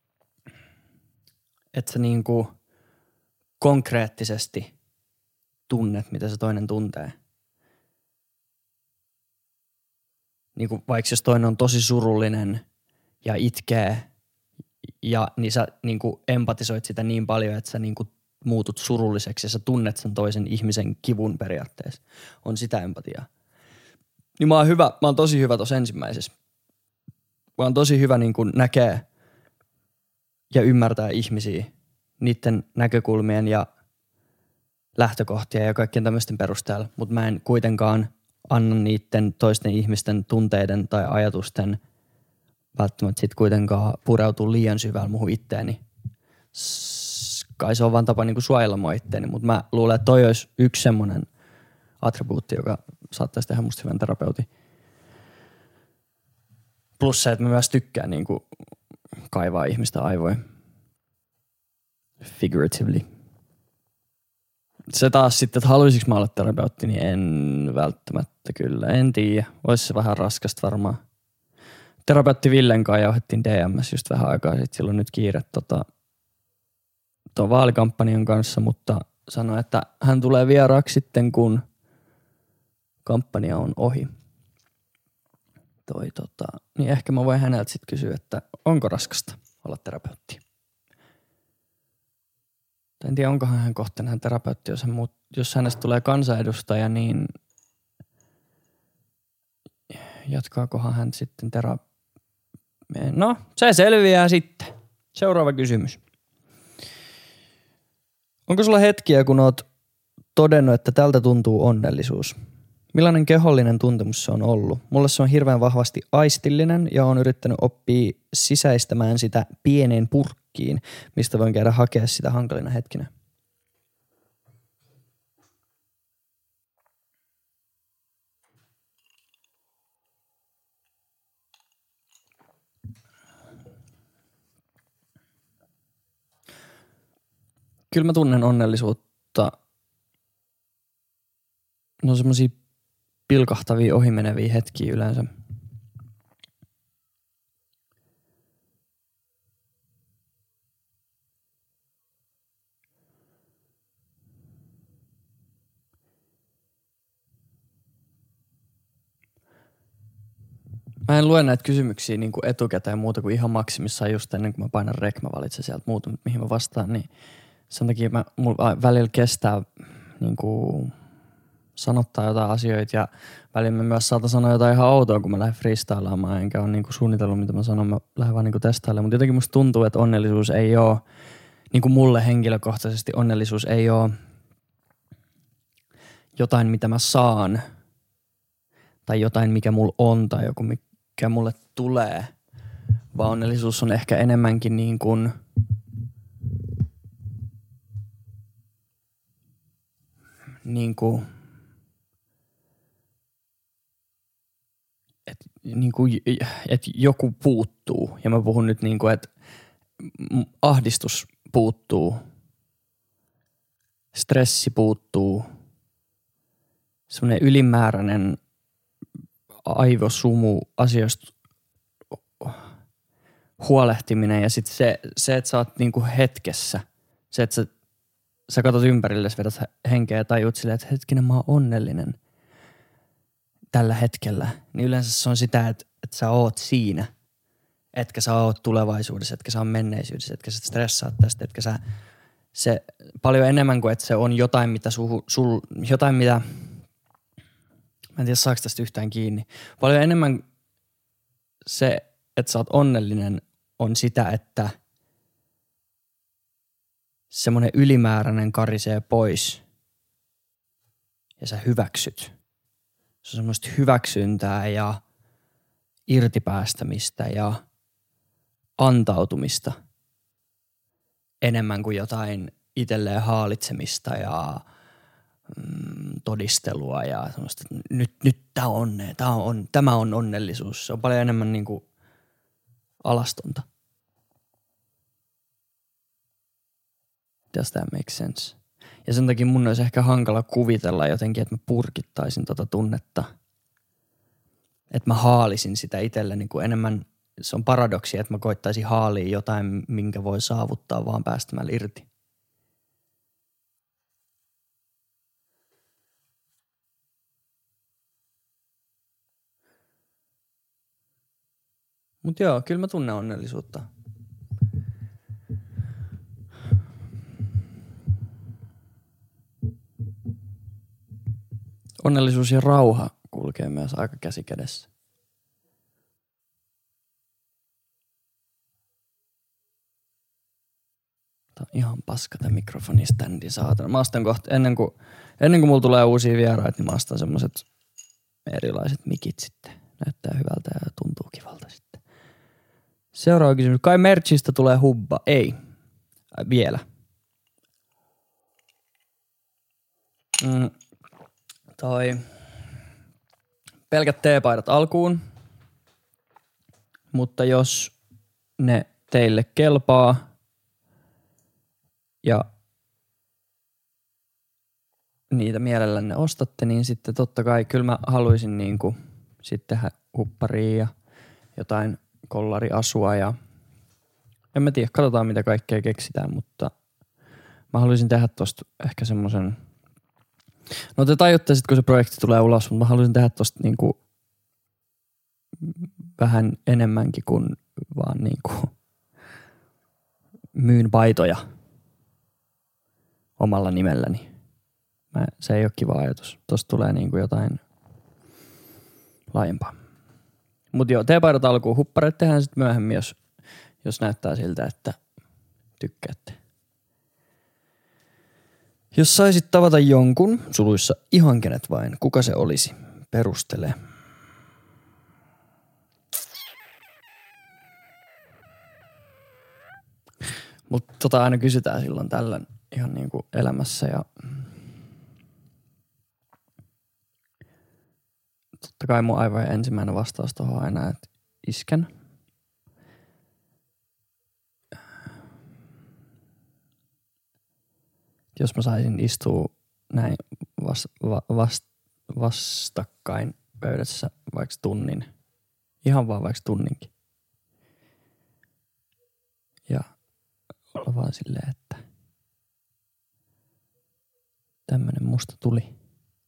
että sä niinku konkreettisesti tunnet, mitä se toinen tuntee. Niinku vaikka jos toinen on tosi surullinen ja itkee, ja niin sä niinku empatisoit sitä niin paljon, että sä niinku muutut surulliseksi ja sä tunnet sen toisen ihmisen kivun periaatteessa. On sitä empatiaa. Niin mä oon hyvä, mä oon tosi hyvä tossa ensimmäisessä. Mä oon tosi hyvä niin kuin näkee ja ymmärtää ihmisiä, niiden näkökulmien ja lähtökohtia ja kaikkien tämmöisten perusteella, mutta mä en kuitenkaan anna niiden toisten ihmisten tunteiden tai ajatusten välttämättä sit kuitenkaan pureutua liian syvällä muuhun itteeni. Kai se on vaan tapa niinku suojella mua itteeni, mutta mä luulen, että toi olisi yksi semmoinen attribuutti, joka saattaisi tehdä musta hyvän terapeutin. Plus se, että mä myös tykkään niinku kaivaa ihmistä aivoja. Figuratively. Se taas sitten, että haluaisinko mä olla terapeutti, niin en välttämättä kyllä. En tiedä. Olisi se vähän raskasta varmaan. Terapeutti Villen kanssa jauhettiin D M:ssä just vähän aikaa sitten. Silloin nyt kiire tota, tuon vaalikampanjan kanssa, mutta sanoi, että hän tulee vieraaksi sitten, kun kampanja on ohi. Toi, tota, niin ehkä mä voin häneltä sitten kysyä, että onko raskasta olla terapeutti. En tiedä, onkohan hän kohta hän terapeutti, jos, hän muut, jos hänestä tulee kansanedustaja, niin jatkaakohan hän sitten tera... No, se selviää sitten. Seuraava kysymys. Onko sulla hetkiä, kun oot todennut, että tältä tuntuu onnellisuus? Millainen kehollinen tuntemus se on ollut? Mulle se on hirveän vahvasti aistillinen ja oon yrittänyt oppia sisäistämään sitä pieneen purkkiin, mistä voin käydä hakea sitä hankalina hetkinä. Kyllä mä tunnen onnellisuutta. No semmosia pilkahtavia ohimeneviä hetkiä yleensä. Mä en lue näitä kysymyksiä niin kuin etukäteen muuta kuin ihan maksimissaan just ennen kuin mä painan rek, mä valitsen sieltä muuta, mihin mä vastaan, niin sen takia mä, mulla välillä kestää niin kuin sanottaa jotain asioita ja välillä mä myös saatan sanoa jotain ihan outoa, kun mä lähden freestylaamaan, enkä ole niinku suunnitellut, mitä mä sanon, mä lähden vaan niinku testailemaan. Mutta jotenkin musta tuntuu, että onnellisuus ei ole, niinku mulle henkilökohtaisesti onnellisuus ei ole jotain, mitä mä saan, tai jotain, mikä mulla on, tai joku, mikä mulle tulee, vaan onnellisuus on ehkä enemmänkin niin kuin niin kuin että niinku, et joku puuttuu. Ja mä puhun nyt niinku, että ahdistus puuttuu, stressi puuttuu, semmoinen ylimääräinen aivosumu asioista huolehtiminen ja sitten se, se, että sä oot niinku hetkessä, se, että sä, sä katot ympärillesi, vedät henkeä ja tajut silleen, että hetkinen, mä oon onnellinen. tällä hetkellä, niin yleensä se on sitä, että, että sä oot siinä. Etkä sä oot tulevaisuudessa, etkä sä oot menneisyydessä, etkä sä stressaat tästä, etkä sä se paljon enemmän kuin, että se on jotain, mitä suhu, sul, jotain, mitä, mä en tiedä saako tästä yhtään kiinni. Paljon enemmän se, että sä oot onnellinen, on sitä, että semmoinen ylimääräinen karisee pois ja sä hyväksyt. Se on semmoista hyväksyntää ja irtipäästämistä ja antautumista enemmän kuin jotain itselleen haalitsemista ja mm, todistelua ja semmoista, että nyt, nyt tää on, tää on, tämä on onnellisuus. Se on paljon enemmän niin kuin alastonta. Does that make sense? Ja sen takia mun olisi ehkä hankala kuvitella jotenkin, että mä purkittaisin tota tunnetta. Että mä haalisin sitä itselleni kuin enemmän. Se on paradoksi, että mä koittaisin haalia jotain, minkä voi saavuttaa vaan päästämällä irti. Mut joo, kyllä mä tunnen onnellisuutta. Onnellisuus ja rauha kulkee myös aika käsi kädessä. Tää on ihan paska tää mikrofoniständi, saatana. Mä astan kohta, ennen kuin, ennen kuin mulla tulee uusia vieraita, niin mä astan semmoset erilaiset mikit sitten. Näyttää hyvältä ja tuntuu kivalta sitten. Seuraava kysymys. Kai merchistä tulee hubba? Ei. Ai, vielä. Mm. Toi. Pelkät teepaidat alkuun. Mutta jos ne teille kelpaa ja niitä mielellänne ostatte, niin sitten totta kai kyllä mä haluaisin niinku sitten tehdä hupparia ja jotain kollariasua ja en mä tiedä, katsotaan mitä kaikkea keksitään, mutta mä haluaisin tehdä tosta ehkä semmosen, no te tajutte sit kun se projekti tulee ulos, mutta mä haluaisin tehdä tosta niinku vähän enemmänkin kuin vaan niinku myyn paitoja omalla nimelläni. Mä, se ei ole kiva ajatus. Tosta tulee niinku jotain laajempaa. Mut joo, teepaidat alkuun. Huppareet tehdään sit myöhemmin, jos, jos näyttää siltä, että tykkäätte. Jos saisit tavata jonkun, suluissa ihan kenet vain, kuka se olisi? Perustele. Mutta tota aina kysytään silloin tällä ihan niinku elämässä ja totta kai mun aivan ensimmäinen vastaus tuohon aina, että iskän. Jos mä saisin istua näin vas, va, vast, vastakkain pöydässä vaikka tunnin, ihan vaan vaikka tunninkin. Ja olla vaan silleen, että tämmönen musta tuli.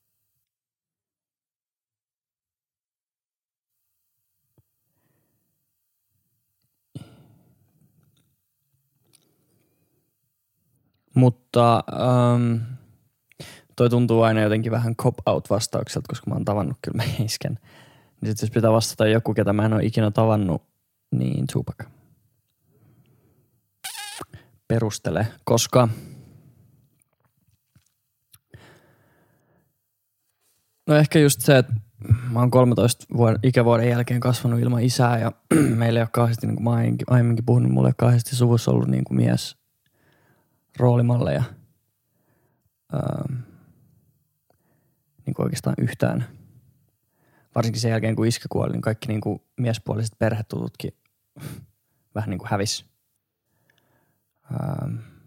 Mutta ähm, toi tuntuu aina jotenkin vähän cop-out vastaukselta, koska mä oon tavannut kyllä mä isken. Niin sit jos pitää vastata joku, ketä mä en oo ikinä tavannut, niin Tupac. Perustele, koska no ehkä just se, että mä oon kolmetoista vuoden, ikävuoden jälkeen kasvanut ilman isää ja meillä ei ole kauheasti, niin kuin mä aiemminkin puhunut, mulla ei ole kauheasti suvussa ollut niin kuin mies roolimalleja. Öö, niin kuin oikeastaan yhtään. Varsinkin sen jälkeen, kun iskä kuoli, niin kaikki niin kuin miespuoliset perhetututkin vähän niin kuin hävis. Öö,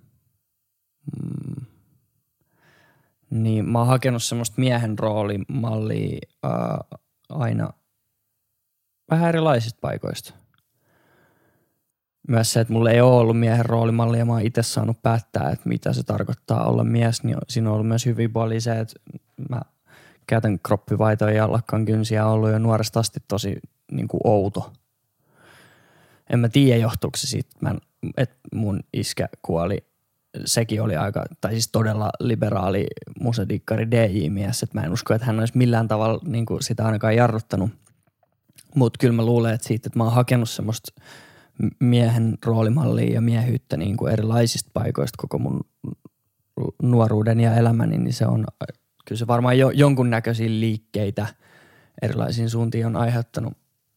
mm, niin mä oon hakenut semmoista miehen roolimallia öö, aina vähän erilaisista paikoista. Myös se, että mulla ei ole ollut miehen roolimallia ja mä oon itse saanut päättää, että mitä se tarkoittaa olla mies, niin siinä on ollut myös hyvin puolia se, että mä käytän kroppivaitoja ja lakkaan kynsiä on ollut jo nuoresta asti tosi niin kuin outo. En mä tiedä johtuuko se siitä, että mun iskä kuoli. Sekin oli aika, tai siis todella liberaali musadikkari D J-mies, että mä en usko, että hän olisi millään tavalla niin kuin sitä ainakaan jarruttanut. Mutta kyllä mä luulen, että siitä, että mä oon hakenut semmoista miehen roolimallia ja miehyyttä niin kuin erilaisista paikoista koko mun nuoruuden ja elämäni, niin se on, kyllä se varmaan jo, jonkunnäköisiä liikkeitä erilaisiin suuntiin on aiheuttanut.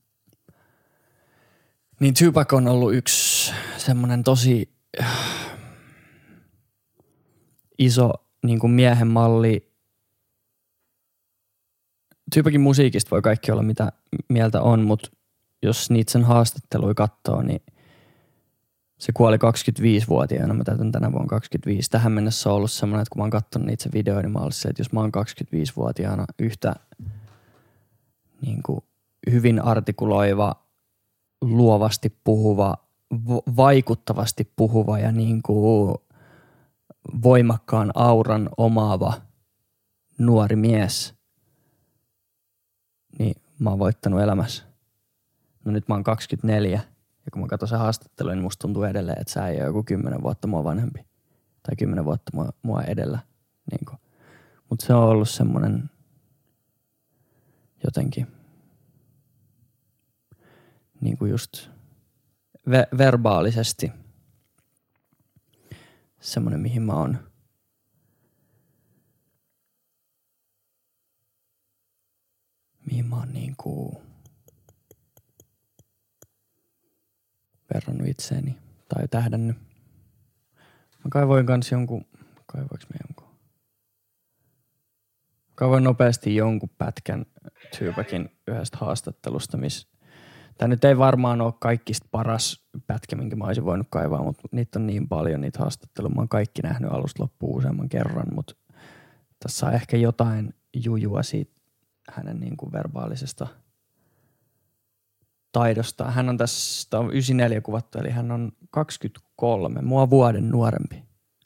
Niin Tupac on ollut yksi semmoinen tosi iso niin kuin miehen malli. Tupacin musiikista voi kaikki olla mitä mieltä on, mutta jos niitä sen haastatteluja katsoo, niin se kuoli kaksikymmentäviisivuotiaana. Mä täytän tänä vuonna kaksikymmentäviisi. Tähän mennessä on ollut semmoinen, että kun mä oon katsonut niitä se videoita, niin mä oon se, että jos mä oon kaksikymmentäviisivuotiaana yhtä niin kuin hyvin artikuloiva, luovasti puhuva, vaikuttavasti puhuva ja niin kuin voimakkaan auran omaava nuori mies, niin mä oon voittanut elämässä. No nyt mä oon kaksikymmentäneljä ja kun mä katson se haastattelu, niin musta tuntuu edelleen, että sä ei ole joku kymmenen vuotta mua vanhempi tai kymmenen vuotta mua, mua edellä. Niin mutta se on ollut semmonen jotenkin niin kuin just ve- verbaalisesti semmoinen, mihin mä oon mihin mä oon niin kuin verrannut itseäni tai tähdännyt. Mä kaivoin kans jonkun, kaivoinko mä jonkun? Kaivoin nopeasti jonkun pätkän Tupacin yhdestä haastattelusta, missä tää nyt ei varmaan ole kaikista paras pätkä, minkä mä olisin voinut kaivaa, mutta niitä on niin paljon, niitä haastatteluja. Mä oon kaikki nähnyt alusta loppuun useamman kerran, mutta tässä on ehkä jotain jujua siitä hänen niin kuin verbaalisesta taidosta. Hän on tässä, tämä on yhdeksänkymmentäneljä kuvattu, eli hän on kaksikymmentäkolme, mua vuoden nuorempi.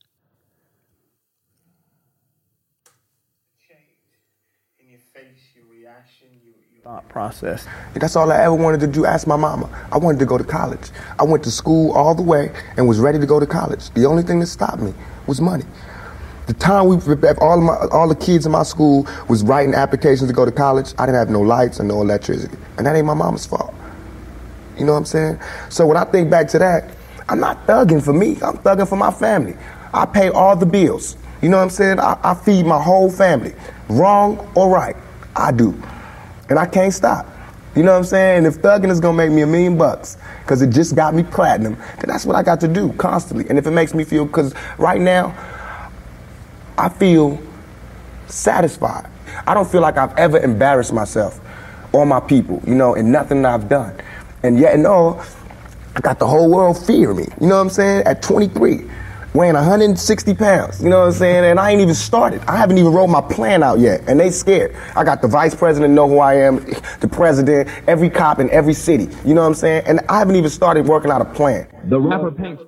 Thought process. That's all I ever wanted to do. Ask my mama. I wanted to go to college. I went to school all the way and was ready to go to college. The only thing that stopped me was money. The time we, all my, all the kids in my school was writing applications to go to college. I didn't have no lights and no electricity, and that ain't my mama's fault. You know what I'm saying? So when I think back to that, I'm not thugging for me. I'm thugging for my family. I pay all the bills. You know what I'm saying? I, I feed my whole family. Wrong or right, I do. And I can't stop. You know what I'm saying? And if thugging is gonna make me a million bucks, because it just got me platinum, then that's what I got to do constantly. And if it makes me feel, because right now, I feel satisfied. I don't feel like I've ever embarrassed myself or my people, you know, in nothing that I've done. And yet and all, I got the whole world fearing me. You know what I'm saying? At twenty-three, weighing one hundred sixty pounds. You know what I'm saying? And I ain't even started. I haven't even wrote my plan out yet. And they scared. I got the vice president know who I am, the president, every cop in every city. You know what I'm saying? And I haven't even started working out a plan. The rapper paints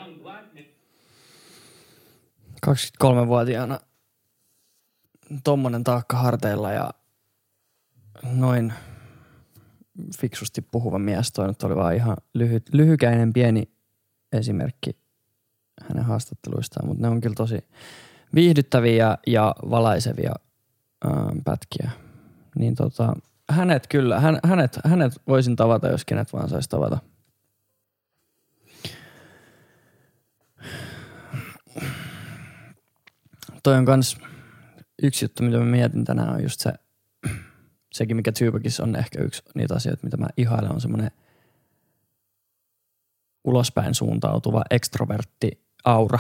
kaksikymmentäkolmevuotiaana tommonen taakka harteilla ja noin fiksusti puhuva mies. Toi nyt oli vaan ihan lyhyt, lyhykäinen pieni esimerkki hänen haastatteluistaan, mutta ne on kyllä tosi viihdyttäviä ja valaisevia ää, pätkiä. Niin tota, hänet kyllä, hän, hänet, hänet voisin tavata, jos kenet vaan saisi tavata. Toi on kans yksi juttu, mitä mä mietin tänään, on just se, sekin mikä Tupacissa on ehkä yksi niitä asioita, mitä mä ihailen, on semmoinen ulospäin suuntautuva ekstrovertti aura.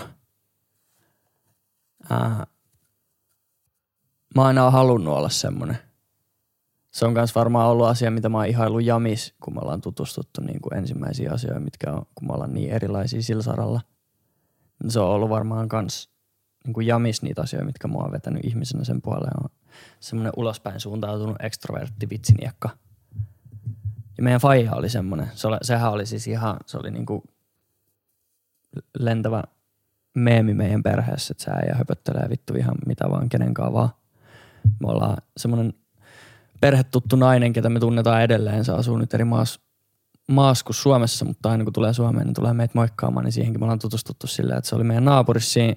Ää, mä aina oon halunnut olla semmoinen. Se on kans varmaan ollut asia, mitä mä oon ihaillut Jamis, kun me ollaan tutustuttu niin kuin ensimmäisiä asioita, mitkä on, kun me ollaan niin erilaisia sillä saralla. Se on ollut varmaan kans niin kuin Jamis niitä asioita, mitkä mua on vetänyt ihmisenä sen puoleen. On semmoinen ulospäin suuntautunut ekstrovertti vitsiniekka. Ja meidän faija oli semmoinen. Se oli, sehän oli siis ihan, se oli niinku lentävä meemi meidän perheessä, että se äijä höpöttelee vittu ihan mitä vaan kenenkaan vaan. Me ollaan semmoinen perhetuttu nainen, ketä me tunnetaan edelleen. Se asuu nyt eri maassa, maassa kuin Suomessa, mutta aina kun tulee Suomeen, niin tulee meitä moikkaamaan, niin siihenkin me ollaan tutustuttu silleen, että se oli meidän naapurissa siinä.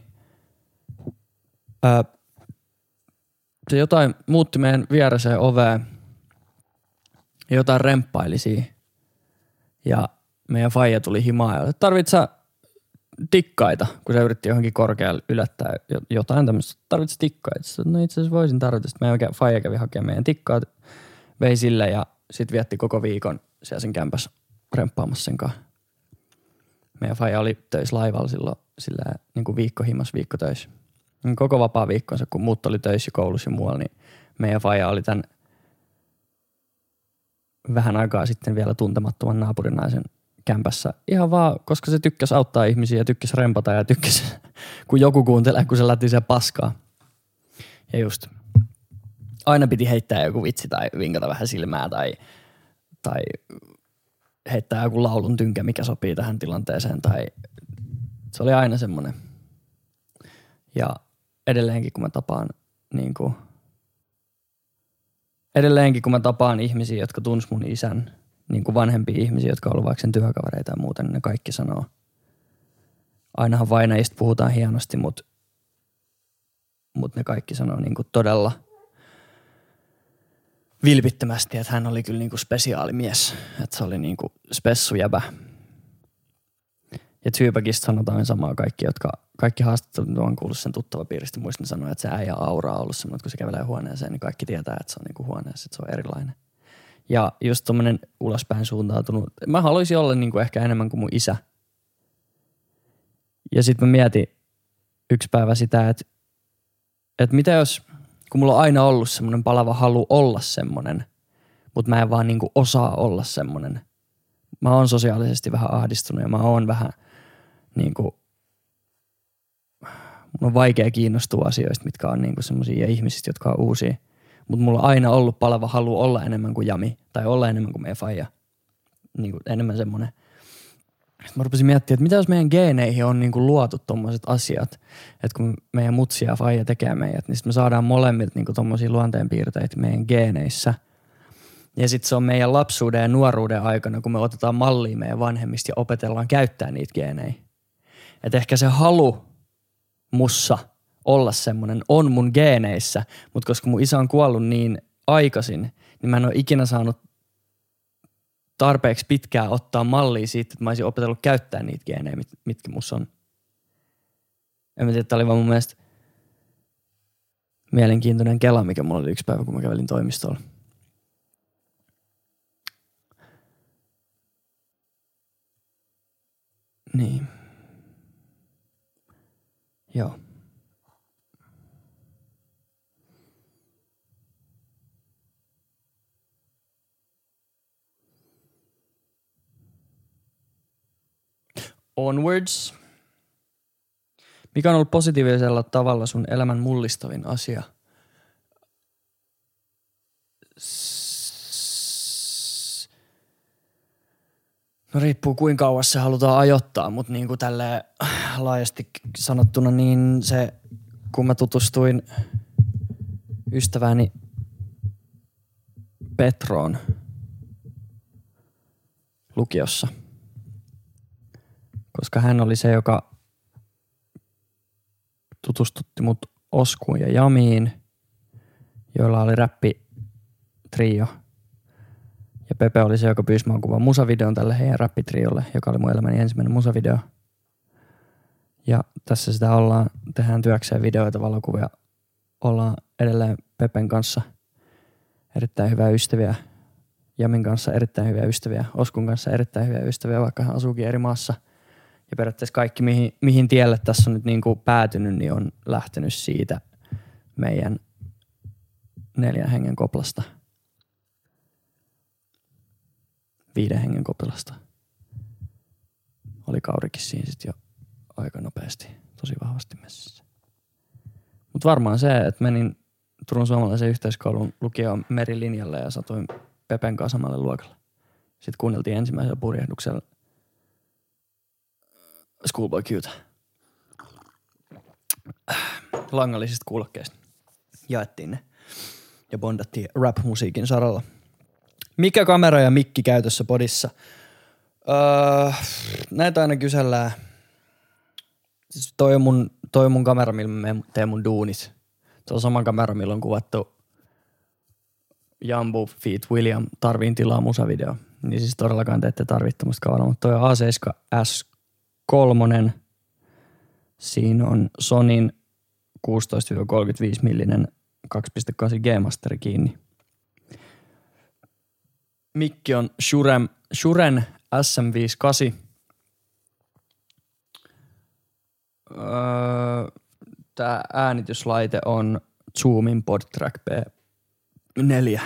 Ää, se jotain muutti meidän viereseen oveen ja jotain remppaili siihen. Ja meidän faija tuli himaa ja tarvit sä tikkaita, kun se yritti johonkin korkealle ylättää jotain tämmöistä. Tarvitset tikkaita? No itse asiassa voisin tarvita. Sitten meidän faija kävi hakemaan meidän tikkaat, vei sille ja sitten vietti koko viikon siellä sen kämpässä remppaamassa sen kanssa. Meidän faija oli töissä laivalla silloin sillä niin kuin viikko himas, viikko töissä. Koko vapaa viikkonsa, kun muut oli töissä ja koulussa ja muualla, niin meidän faija oli tämän vähän aikaa sitten vielä tuntemattoman naapurinaisen kämpässä. Ihan vaan, koska se tykkäsi auttaa ihmisiä ja tykkäsi rempata ja tykkäsi, kun joku kuuntelee, kun se lähti paskaa. Ja just aina piti heittää joku vitsi tai vinkata vähän silmää tai, tai heittää joku laulun tynkä, mikä sopii tähän tilanteeseen. Tai se oli aina semmoinen. Ja edelleenkin, kun mä tapaan niin kuin, edelleenkin, kun mä tapaan ihmisiä, jotka tuns mun isän, niin kuin vanhempia ihmisiä, jotka on ollut vaikka sen työkavereita ja muuten, niin ne kaikki sanoo. Ainahan vainajista puhutaan hienosti, mutta mut ne kaikki sanoo niin kuin todella vilpittömästi, että hän oli kyllä niin kuin spesiaalimies. Että se oli niin kuin spessujäbä. Ja Tyypäkistä sanotaan samaa kaikki, jotka kaikki haastattelut on kuullut sen tuttava piiristä. Muistin sanoa, että se äijä aura on ollut semmoinen, että kun se kävelee huoneeseen, niin kaikki tietää, että se on niin kuin huoneessa, että se on erilainen. Ja just tommonen ulospäin suuntautunut. Mä haluaisin olla niin kuin ehkä enemmän kuin mun isä. Ja sit mä mietin yksi päivä sitä, että, että mitä jos, kun mulla on aina ollut semmoinen palava halu olla semmoinen, mutta mä en vaan niin kuin osaa olla semmoinen. Mä oon sosiaalisesti vähän ahdistunut ja mä oon vähän niin kuin, mun on vaikea kiinnostua asioista, mitkä on niin kuin semmosia ihmisistä, jotka on uusia. Mutta mulla on aina ollut palava halu olla enemmän kuin Jami tai olla enemmän kuin meidän faija. Niin kuin enemmän semmoinen. Sitten mä rupesin miettimään, että mitä jos meidän geeneihin on niin kuin luotu tommoset asiat, että kun meidän mutsi ja faija tekee meidät, niin sitten me saadaan molemmilta niin kuin tommosia luonteenpiirteitä meidän geeneissä. Ja sitten se on meidän lapsuuden ja nuoruuden aikana, kun me otetaan mallia meidän vanhemmista ja opetellaan käyttää niitä geenejä. Että ehkä se halu mussa olla semmoinen on mun geeneissä, mutta koska mun isä on kuollut niin aikaisin, niin mä en ole ikinä saanut tarpeeksi pitkään ottaa mallia siitä, että mä olisin opetellut käyttää niitä geenejä, mit, mitkä mussa on. En mä tiedä, että oli vaan mun mielestä mielenkiintoinen kela, mikä mulla oli yksi päivä, kun mä kävelin toimistolla. Niin. Joo. Onwards. Mikä on ollut positiivisella tavalla sun elämän mullistavin asia? No riippuu kuinka kauas se halutaan ajoittaa, mutta niin kuin tälleen laajasti sanottuna, niin se kun mä tutustuin ystävääni Petroon lukiossa, koska hän oli se, joka tutustutti mut Oskuun ja Jamiin, joilla oli räppitrio. Ja Pepe oli se, joka pyysi mua kuvaa musavideon tälle heidän räppitriolle, joka oli mun elämäni ensimmäinen musavideo. Ja tässä sitä ollaan, tehdään työkseen videoita, valokuvia. Ollaan edelleen Pepen kanssa erittäin hyviä ystäviä. Jamin kanssa erittäin hyviä ystäviä. Oskun kanssa erittäin hyviä ystäviä, vaikka hän asuukin eri maassa. Ja periaatteessa kaikki, mihin, mihin tielle tässä on nyt niin kuin päätynyt, niin on lähtenyt siitä meidän neljän hengen koplasta. Viiden hengen kopilasta. Oli Kaurikin siinä sit jo aika nopeasti, tosi vahvasti messissä. Mutta varmaan se, että menin Turun suomalaisen yhteiskoulun lukioon merilinjalle ja satuin Pepen kanssa samalle luokalle. Sitten kuunneltiin ensimmäisellä purjehduksella Schoolboy Q:tä. Langallisista kuulokkeista jaettiin ne. ja bondattiin rap-musiikin saralla. Mikä kamera ja mikki käytössä podissa? Öö, näitä aina kysellään. Siis toi on mun, toi on mun kamera, millä mä teen mun duunit. Tuo on sama kamera, millä on kuvattu Jambu feat. William Tarviin tilaa musavideo. Niin siis todellakaan te ette tarvitse tämmöistä kameraa, mutta toi on A seitsemän S kolme. Siinä on Sonyn kuusitoista kolmekymmentäviisi millinen kaksi pilkku kahdeksan G-masteri kiinni. Mikki on Shure, Shuren S M viisikymmentäkahdeksan. Öö, tää äänityslaite on Zoomin PodTrack B neljä.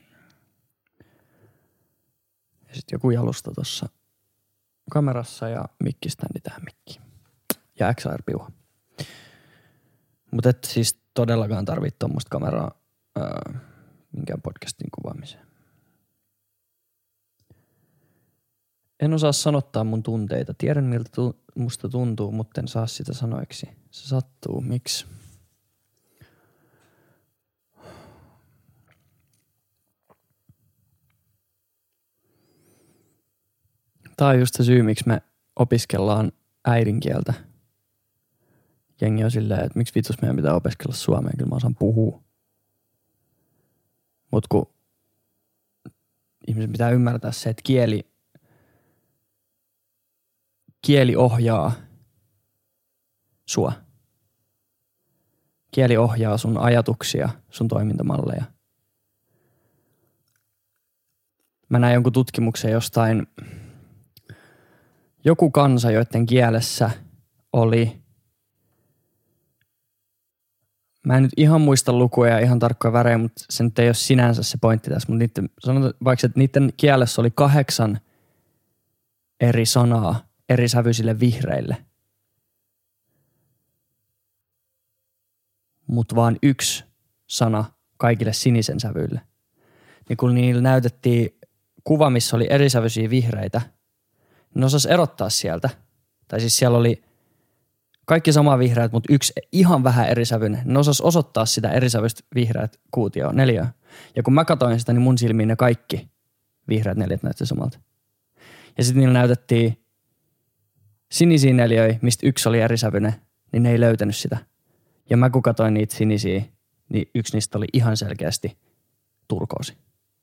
Ja sit joku jalusta tossa kamerassa ja mikkiständi tähän mikkiin. Ja X R-piuha. Mut et siis todellakaan tarvitse tommoista kameraa öö, minkään podcastin kuvaamiseen. En osaa sanottaa mun tunteita. Tiedän miltä tu- musta tuntuu, mutta en saa sitä sanoiksi. Se sattuu. Miksi? Tää on just se syy, miksi me opiskellaan äidinkieltä. Jengi on silleen, että miksi vitus meidän pitää opiskella suomea, kyllä mä osaan puhua. Mut kun ihmisen pitää ymmärtää se, että kieli, kieli ohjaa sua. Kieli ohjaa sun ajatuksia, sun toimintamalleja. Mä näin jonkun tutkimuksen jostain, joku kansa, joiden kielessä oli, mä en nyt ihan muista lukuja ja ihan tarkkoja värejä, mutta se nyt ei ole sinänsä se pointti tässä, mutta niiden, sanotaan vaikka, että niiden kielessä oli kahdeksan eri sanaa eri sävyisille vihreille, mutta vaan yksi sana kaikille sinisen sävyille. Niin kun niillä näytettiin kuva, missä oli eri sävyisiä vihreitä, ne osas erottaa sieltä. Tai siis siellä oli kaikki samaa vihreät, mutta yksi ihan vähän eri sävyinen. Ne osas osoittaa sitä eri sävyistä vihreät kuutioon, neliöön. Ja kun mä katsoin sitä, niin mun silmiin ne kaikki vihreät neljät näytti samalta. Ja sitten niillä näytettiin sinisiä neljöjä, mistä yksi oli eri sävyinen, niin ne ei löytänyt sitä. Ja mä kun katsoin niitä sinisiä, niin yksi niistä oli ihan selkeästi turkoosi.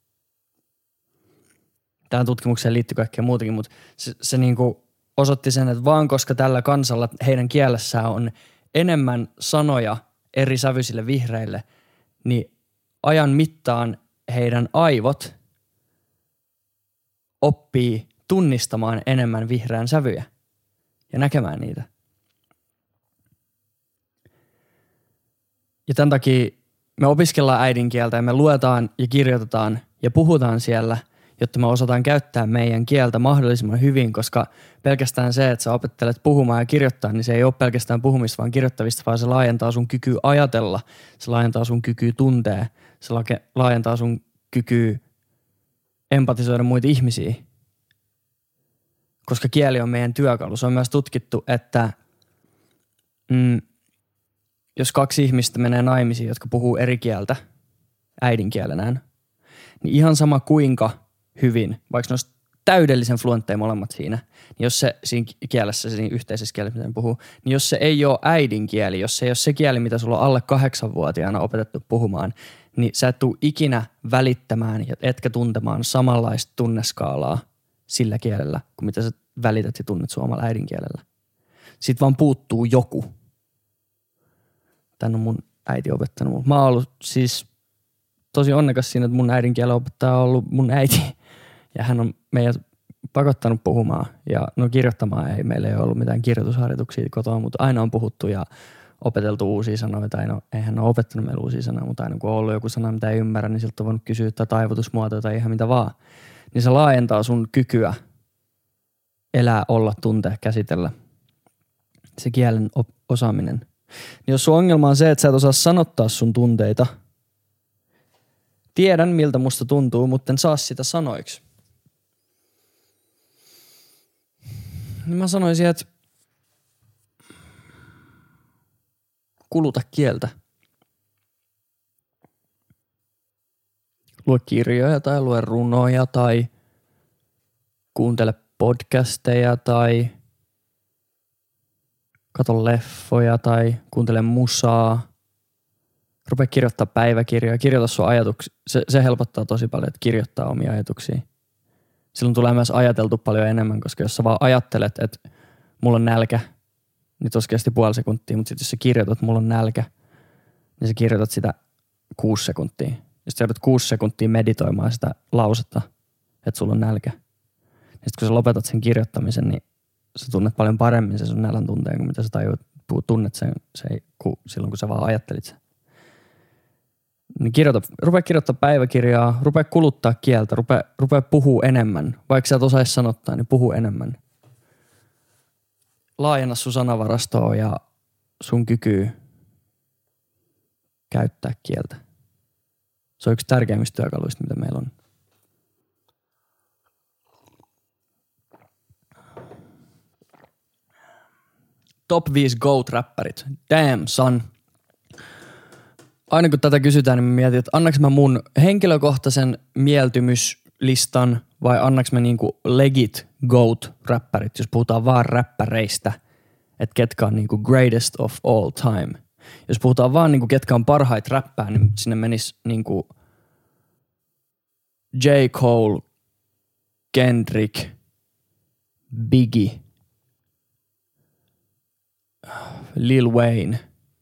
Tähän tutkimukseen liittyy kaikkea muutakin, mutta se, se niinku osoitti sen, että vaan koska tällä kansalla heidän kielessään on enemmän sanoja eri sävyisille vihreille, niin ajan mittaan heidän aivot oppii tunnistamaan enemmän vihreän sävyjä ja näkemään niitä. Ja tämän takia me opiskellaan äidinkieltä ja me luetaan ja kirjoitetaan ja puhutaan siellä, jotta me osataan käyttää meidän kieltä mahdollisimman hyvin, koska pelkästään se, että sä opettelet puhumaan ja kirjoittaa, niin se ei ole pelkästään puhumista, vaan kirjoittamista, vaan se laajentaa sun kykyä ajatella, se laajentaa sun kykyä tuntea, se laajentaa sun kykyä empatisoida muita ihmisiä. Koska kieli on meidän työkalu. Se on myös tutkittu, että mm, jos kaksi ihmistä menee naimisiin, jotka puhuu eri kieltä äidinkielenään, niin ihan sama kuinka hyvin, vaikka ne olisi täydellisen fluentteja molemmat siinä, niin jos se siinä kielessä, siinä yhteisessä kielessä, mitä ne puhuu, niin jos se ei ole äidinkieli, jos se ei ole se kieli, mitä sulla on alle kahdeksanvuotiaana opetettu puhumaan, niin sä et tule ikinä välittämään ja etkä tuntemaan samanlaista tunneskaalaa sillä kielellä, kuin mitä sä välität ja tunnet suomalla äidinkielellä. Sitten vaan puuttuu joku. Tän on mun äiti opettanut mulle. Mä oon ollut siis tosi onnekas siinä, että mun äidinkielen opettaja on ollut mun äiti. Ja hän on meidät pakottanut puhumaan. Ja no kirjoittamaan ei, meillä ei ole ollut mitään kirjoitusharjoituksia kotona, mutta aina on puhuttu ja opeteltu uusia sanoja. Tai no, eihän ole opettanut meille uusia sanoja, mutta aina kun on ollut joku sana, mitä ei ymmärrä, niin siltä on voinut kysyä tai taivutusmuotoa tai ihan mitä vaan. Niin se laajentaa sun kykyä elää, olla, tuntea, käsitellä. Se kielen op- osaaminen. Niin jos sun ongelma on se, että sä et osaa sanottaa sun tunteita, tiedän miltä musta tuntuu, mutta en saa sitä sanoiksi. Niin mä sanoisin, että kuluta kieltä. lue kirjoja tai lue runoja tai kuuntele podcasteja tai katso leffoja tai kuuntele musaa. Rupea kirjoittaa päiväkirjoja, kirjoita sun ajatuksia. Se, se helpottaa tosi paljon, että kirjoittaa omia ajatuksia. Silloin tulee myös ajateltu paljon enemmän, koska jos sä vaan ajattelet, että mulla on nälkä, niin tuossa kesti puoli sekuntia, mutta sitten jos sä kirjoitat, että mulla on nälkä, niin sä kirjoitat sitä kuusi sekuntia. Ja sitten sä joudut kuusi sekuntia meditoimaan sitä lausetta, että sulla on nälkä. Ja sitten kun sä lopetat sen kirjoittamisen, niin sä tunnet paljon paremmin sen sun nälän tunteen, kuin mitä sä tajuat, tunnet sen, sen silloin, kun sä vaan ajattelit sen. Niin kirjoita, rupea kirjoittaa päiväkirjaa, rupea kuluttaa kieltä, rupea, rupea puhua enemmän. Vaikka sä et osaisi sanottaa, niin puhu enemmän. Laajenna sun sanavarastoa ja sun kykyä käyttää kieltä. Se on yksi tärkeimmistä työkaluista, mitä meillä on. Top viisi GOAT-räppärit. Damn, son. Aina kun tätä kysytään, niin mä mietin, että annaks mä mun henkilökohtaisen mieltymyslistan vai annaks mä niinku legit GOAT-räppärit, jos puhutaan vaan räppäreistä, että ketkä on niinku greatest of all time. Jos puhutaan vaan niinku ketkä on parhaita räppää, niin sinne menisi niinku J. Cole, Kendrick, Biggie, Lil Wayne,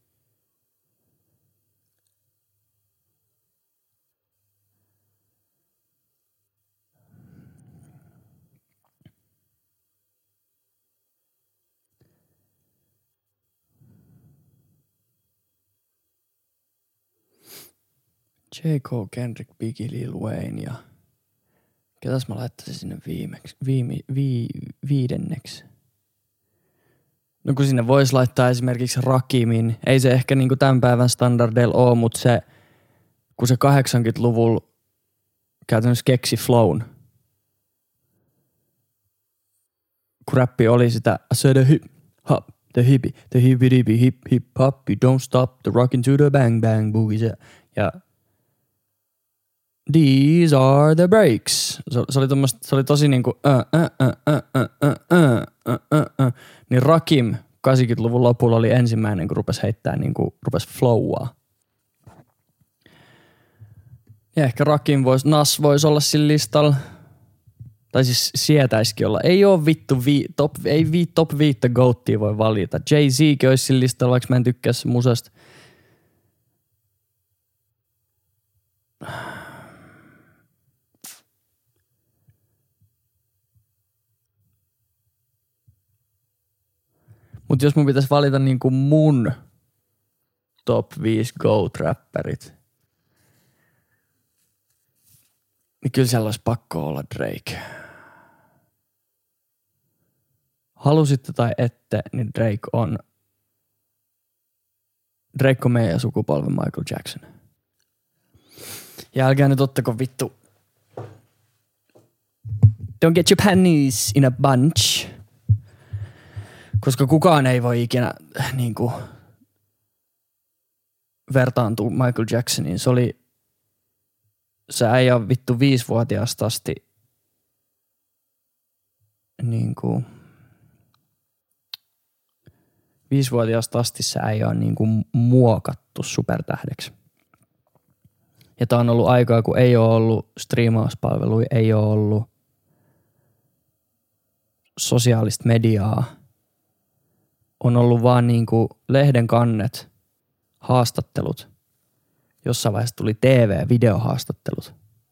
J. Cole, Kendrick, Biggie, Lil Wayne ja ketäs mä laittaisin sinne viimeksi, viime, vi, viidenneksi? No kun sinne voisi laittaa esimerkiksi Rakimin. Ei se ehkä niinku tämän päivän standardeilla ole, mutta se, kun se kahdeksankymmentäluvulla käytännössä keksi flown. Kun räppi oli sitä, I said the hip hop, the hippie, the hippie dippy hip hip hop, you don't stop the rockin' to the bang bang boogie. Ja these are the breaks. Se, se, oli, se oli tosi niinku uh, uh, uh, uh, uh, uh, uh, uh, uh. Niin Rakim kahdeksankymmentäluvun lopulla oli ensimmäinen, kun rupesi heittää niinku, rupesi flowaa. Ja ehkä Rakim vois, Nas voisi olla sillä listalla. Tai siis sietäisikin olla. Ei oo vittu, vi, top, ei vi, top viittä goattia voi valita. Jay-Zkin olisi sillä listalla, vaikka mä en tykkää se musasta. Mut jos mun pitäisi valita niinku mun top viisi GOAT-räppärit, niin kyllä siellä olisi pakko olla Drake. Halusitte tai ette, niin Drake on Drake on meidän sukupolven Michael Jackson. Ja älkää nyt ottako vittu. Don't get your panties in a bunch. Koska kukaan ei voi ikinä niinku vertaantua Michael Jacksoniin. Se oli, se äijä vittu viisivuotiaasta asti niinku, viisivuotiaasta asti se äijä on niinku muokattu supertähdeksi. Ja tää on ollut aikaa, kun ei ole ollut striimauspalveluja, ei ole ollut sosiaalista mediaa. On ollut vaan niinku lehden kannet, haastattelut. Jossain vaiheessa tuli T V, videohaastattelut,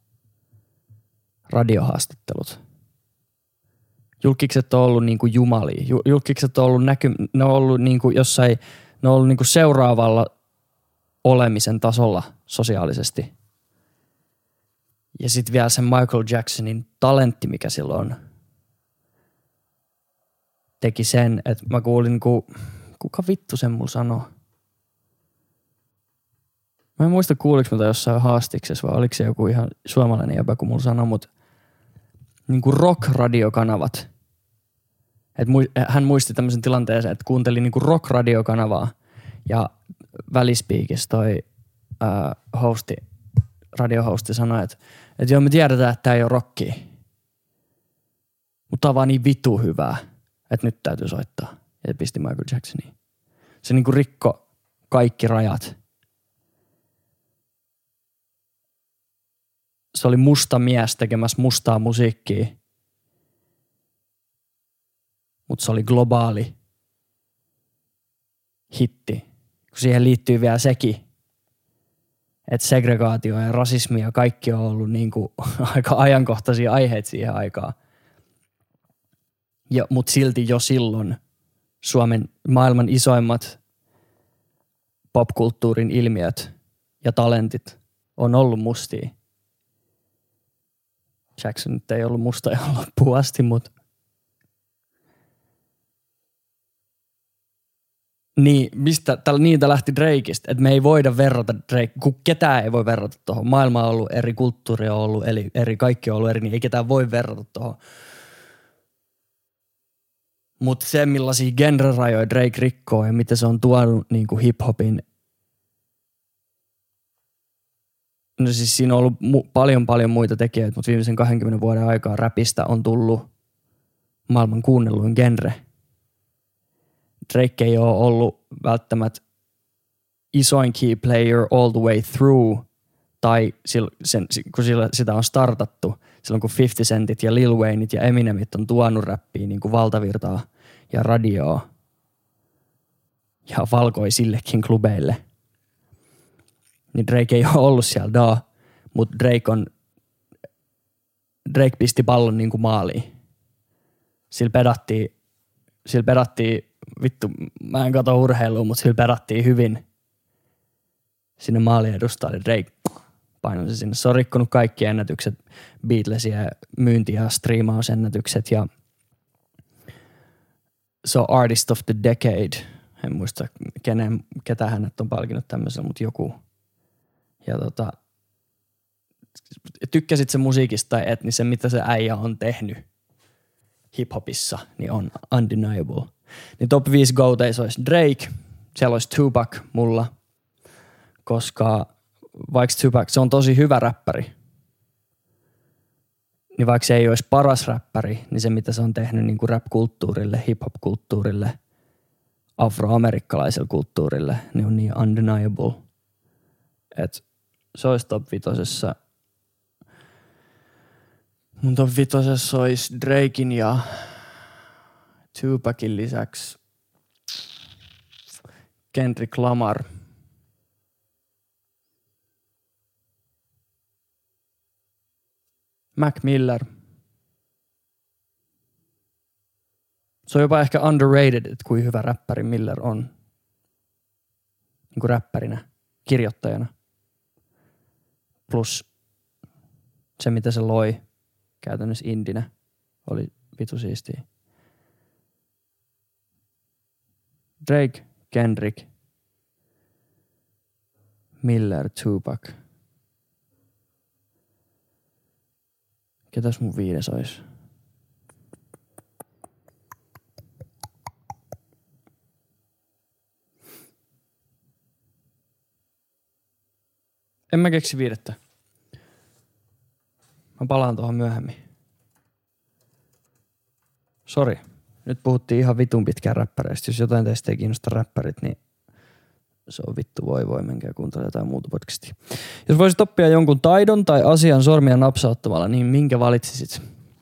radiohaastattelut. Julkikset on ollut niinku jumalia. Julkikset on ollut näky, ne on ollut niinku jossain, ne on ollut niinku seuraavalla olemisen tasolla sosiaalisesti. Ja sit vielä sen Michael Jacksonin talentti, mikä silloin on, teki sen, että mä kuulin, ku, kuka vittu sen mulla sanoi. Mä en muista kuuliko mä jossain haastiksessa vai oliko se joku ihan suomalainen jäbä, kun mulla sanoi, mutta niinku rock-radiokanavat. Et mu, hän muisti tämmöisen tilanteeseen, että kuunteli niinku rock-radiokanavaa ja välispiikissä toi äh, hosti radiohosti sanoi, että, että joo me tiedetään, että tää ei ole rockia. Mutta tää on vaan niin vitu hyvää, että nyt täytyy soittaa. Ja pisti Michael Jacksoniin. Se niinku rikko kaikki rajat. Se oli musta mies tekemässä mustaa musiikkia. Mutta se oli globaali hitti. Kun siihen liittyy vielä sekin, että segregaatio ja rasismi ja kaikki on ollut niinku aika ajankohtaisia aiheita siihen aikaan. Mutta silti jo silloin Suomen maailman isoimmat popkulttuurin ilmiöt ja talentit on ollut mustia. Jackson nyt ei ollut musta ihan loppuun asti, mutta niin, mistä, täl, niin tää lähti Drakeista, että me ei voida verrata Drake, kun ketään ei voi verrata tuohon. Maailma on ollut eri, kulttuuri on ollut eri, eri kaikki on ollut eri, niin ei ketään voi verrata tuohon. Mutta se, millaisia genrerajoja Drake rikkoo ja mitä se on tuonut niin kuin hip-hopin. No siis siinä on ollut mu- paljon paljon muita tekijöitä, mutta viimeisen kahdenkymmenen vuoden aikaa räpistä on tullut maailman kuunnelluin genre. Drake ei ole ollut välttämättä isoin key player all the way through, tai sen, kun sitä on startattu, silloin kun fifty Centit ja Lil Wayneit ja Eminemit on tuonut räppiä niin kuin valtavirtaa ja radioa ja valkoisillekin klubeille, niin Drake ei ole ollut siellä daa, mutta Drake on, Drake pisti pallon niin kuin maaliin. Sillä pedattiin, sillä pedattiin, vittu, mä en katso urheilua, mutta sillä pedattiin hyvin sinne maalin edustalle. Drake painoi se sinne. Se on rikkonut kaikki ennätykset, Beatlesia, myynti- ja striimausennätykset ja se on Artist of the Decade. En muista, kenen, ketä hänet on palkinnut tämmöisellä, mutta joku. Ja tota, tykkäsit se musiikista tai et, niin se mitä se äijä on tehnyt hiphopissa, niin on undeniable. Niin top viisi go-teissa olisi Drake, siellä olisi Tupac mulla, koska vaikka Tupac, se on tosi hyvä räppäri, niin vaikka se ei olisi paras räppäri, niin se mitä se on tehnyt niin kuin rap-kulttuurille, hip-hop-kulttuurille, afroamerikkalaiselle kulttuurille, niin on niin undeniable, että se olisi top vitosessa. Mun top vitosessa olisi Draken ja Tupacin lisäksi Kendrick Lamar. Mac Miller. Se on jopa ehkä underrated, että kuinka hyvä räppäri Miller on. Niin kuin räppärinä, kirjoittajana. Plus se, mitä se loi käytännössä indinä, oli vitu siistiä. Drake, Kendrick, Miller, Tupac. Ketäs mun viides ois? En mä keksi viidettä. Mä palaan tuohon myöhemmin. Sori. Nyt puhuttiin ihan vitun pitkään räppäreistä. Jos jotain teistä ei kiinnosta räppärit, niin se on vittu voi voi, menkää kuuntelemaan jotain muuta podcastia. Jos voisit oppia jonkun taidon tai asian sormia napsauttamalla, niin minkä valitsisit?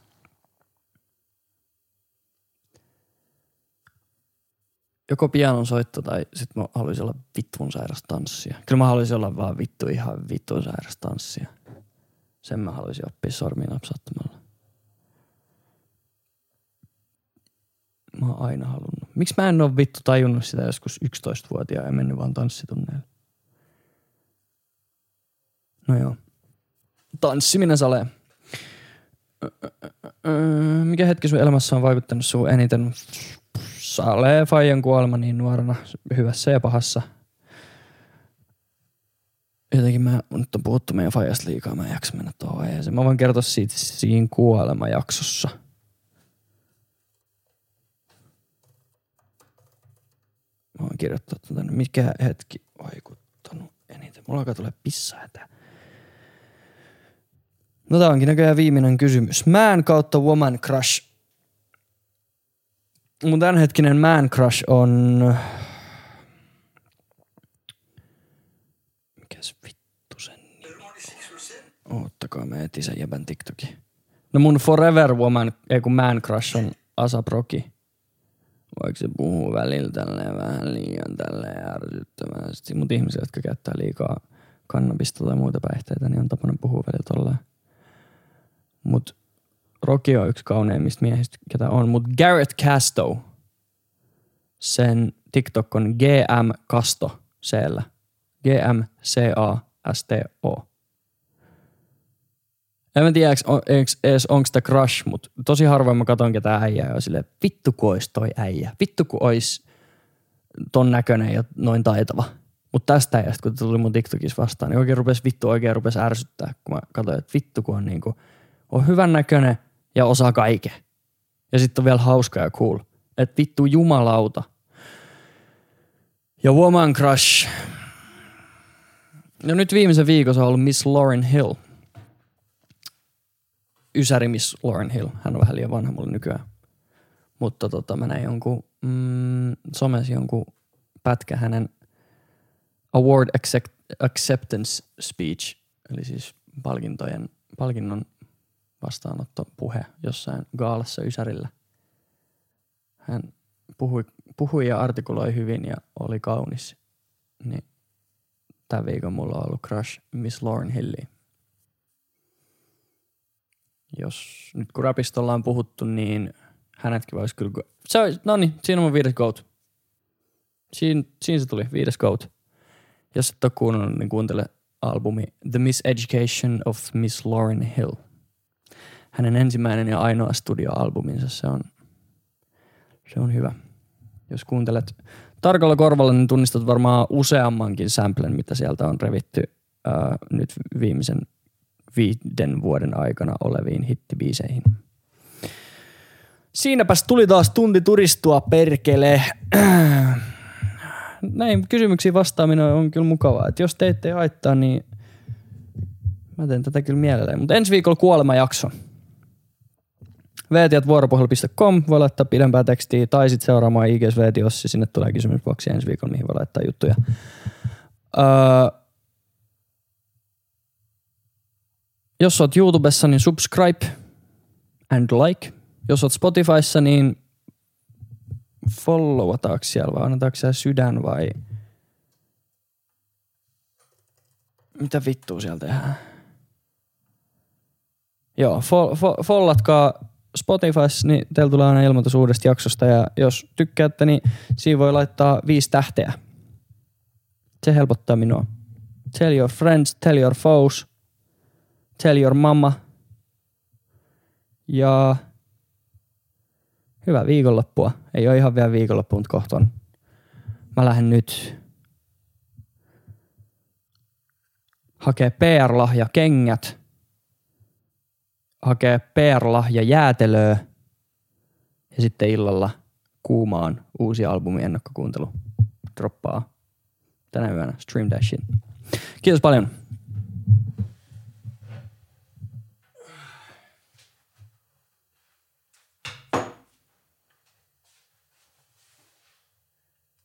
Joko pianon soitto tai sit mä haluaisin olla vittun sairas tanssia. Kyllä mä haluaisin olla vaan vittu ihan vittun sairas tanssia. Sen mä haluaisin oppia sormia napsauttamalla. Mä oon aina halunnut. Miksi mä en oo vittu tajunnut sitä joskus yksitoistavuotiaan ja mennyt vaan tanssitunneille? No joo. Tanssiminen salee. Mikä hetki sun elämässä on vaikuttanut sun eniten? Salee faijan kuolema niin nuorena, hyvässä ja pahassa. Jotenkin mä, nyt on puhuttu meidän faijasta liikaa, mä en jaksa mennä tuohon aiheeseen. Mä voin kertoa siitä siinä kuolemajaksossa. Mä voin kirjoittaa tänne, mikä hetki vaikuttanut eniten. Mulla alkaa tulee pissahätä. No tää onkin näköjään viimeinen kysymys. Man kautta woman crush. Mun tämänhetkinen man crush on... Mikäs vittu sen nimi on? Oottakaa, mä etin sen jäbän TikTokin. No mun forever woman, ei kun man crush on A$ap Rocky. Vaikka se puhuu välillä tälleen vähän liian tälleen ärsyttävästi. Mut ihmiset, jotka käyttää liikaa kannabista tai muita päihteitä, niin on tapana puhua välillä tolleen. Mut Rocky on yksi kauneimmista miehistä, ketä on. Mut Garrett Casto, sen TikTok on G M Casto C-llä. G M C A S T O. En mä tiedä, edes onko sitä crush, mutta tosi harvoin mä katon ketään äijää ja silleen, vittu kun ois toi äijä. Vittu kun ois ton näköinen ja noin taitava. Mutta tästä äijästä, kun tuli mun TikTokissa vastaan, niin oikein rupes vittu oikein rupes ärsyttää, kun mä katsoin, että vittu kun on niinku, on hyvän näköinen ja osaa kaiken. Ja sitten on vielä hauska ja cool. Että vittu jumalauta. Ja woman crush. No nyt viimeisen viikossa on ollut Miss Lauryn Hill. Ysäri Miss Lauryn Hill. Hän on vähän liian vanha mulle nykyään. Mutta tota, mä näin jonkun, mm, somesi jonkun pätkä hänen award accept, acceptance speech. Eli siis palkintojen, palkinnon vastaanottopuhe jossain gaalassa Ysärillä. Hän puhui, puhui ja artikuloi hyvin ja oli kaunis. Niin tämän viikon mulla on ollut crush Miss Lauryn Hilliin. Jos nyt kun rapista ollaan puhuttu, niin hänetkin voisi kyllä... Se on, no niin, siinä on mun viides goat. Siin, siinä se tuli, viides goat. Jos et ole kuunnellut, niin kuuntele albumi The Miseducation of Miss Lauryn Hill. Hänen ensimmäinen ja ainoa studioalbuminsa, se on, se on hyvä. Jos kuuntelet tarkalla korvalla, niin tunnistat varmaan useammankin samplen, mitä sieltä on revitty ää, nyt viimeisen viiden vuoden aikana oleviin hittibiiseihin. Siinäpäs tuli taas tunti turistua, perkele. Näin kysymyksiin vastaaminen on kyllä mukavaa. Et jos teitä ei haittaa, niin mä teen tätä kyllä mielelläni. Mutta ensi viikolla kuolemajakso. veetiat vuoropuhelu piste com voi laittaa pidempää tekstiä tai sitten seuraamaan I G:s Veeti Ossi. Sinne tulee kysymysboksi ensi viikolla, mihin voi laittaa juttuja. Öö, jos oot YouTubessa, niin subscribe and like. Jos oot Spotifyssa, niin followataanko siellä vai annetaanko siellä sydän vai mitä vittua siellä tehdään? Joo, fo- fo- follatkaa Spotifyssa, niin teillä tulee aina ilmoitus uudesta jaksosta ja jos tykkäätte, niin siinä voi laittaa viisi tähteä. Se helpottaa minua. Tell your friends, tell your foes, tell your mama. Ja hyvää viikonloppua. Ei ole ihan vielä viikonloppu, mutta kohta on. Mä lähden nyt hakee P R-lahja kengät, hakee P R-lahja jäätelöä ja sitten illalla kuumaan uusi albumi ennakkokuuntelu droppaa tänä yönä Stream Dashin. Kiitos paljon.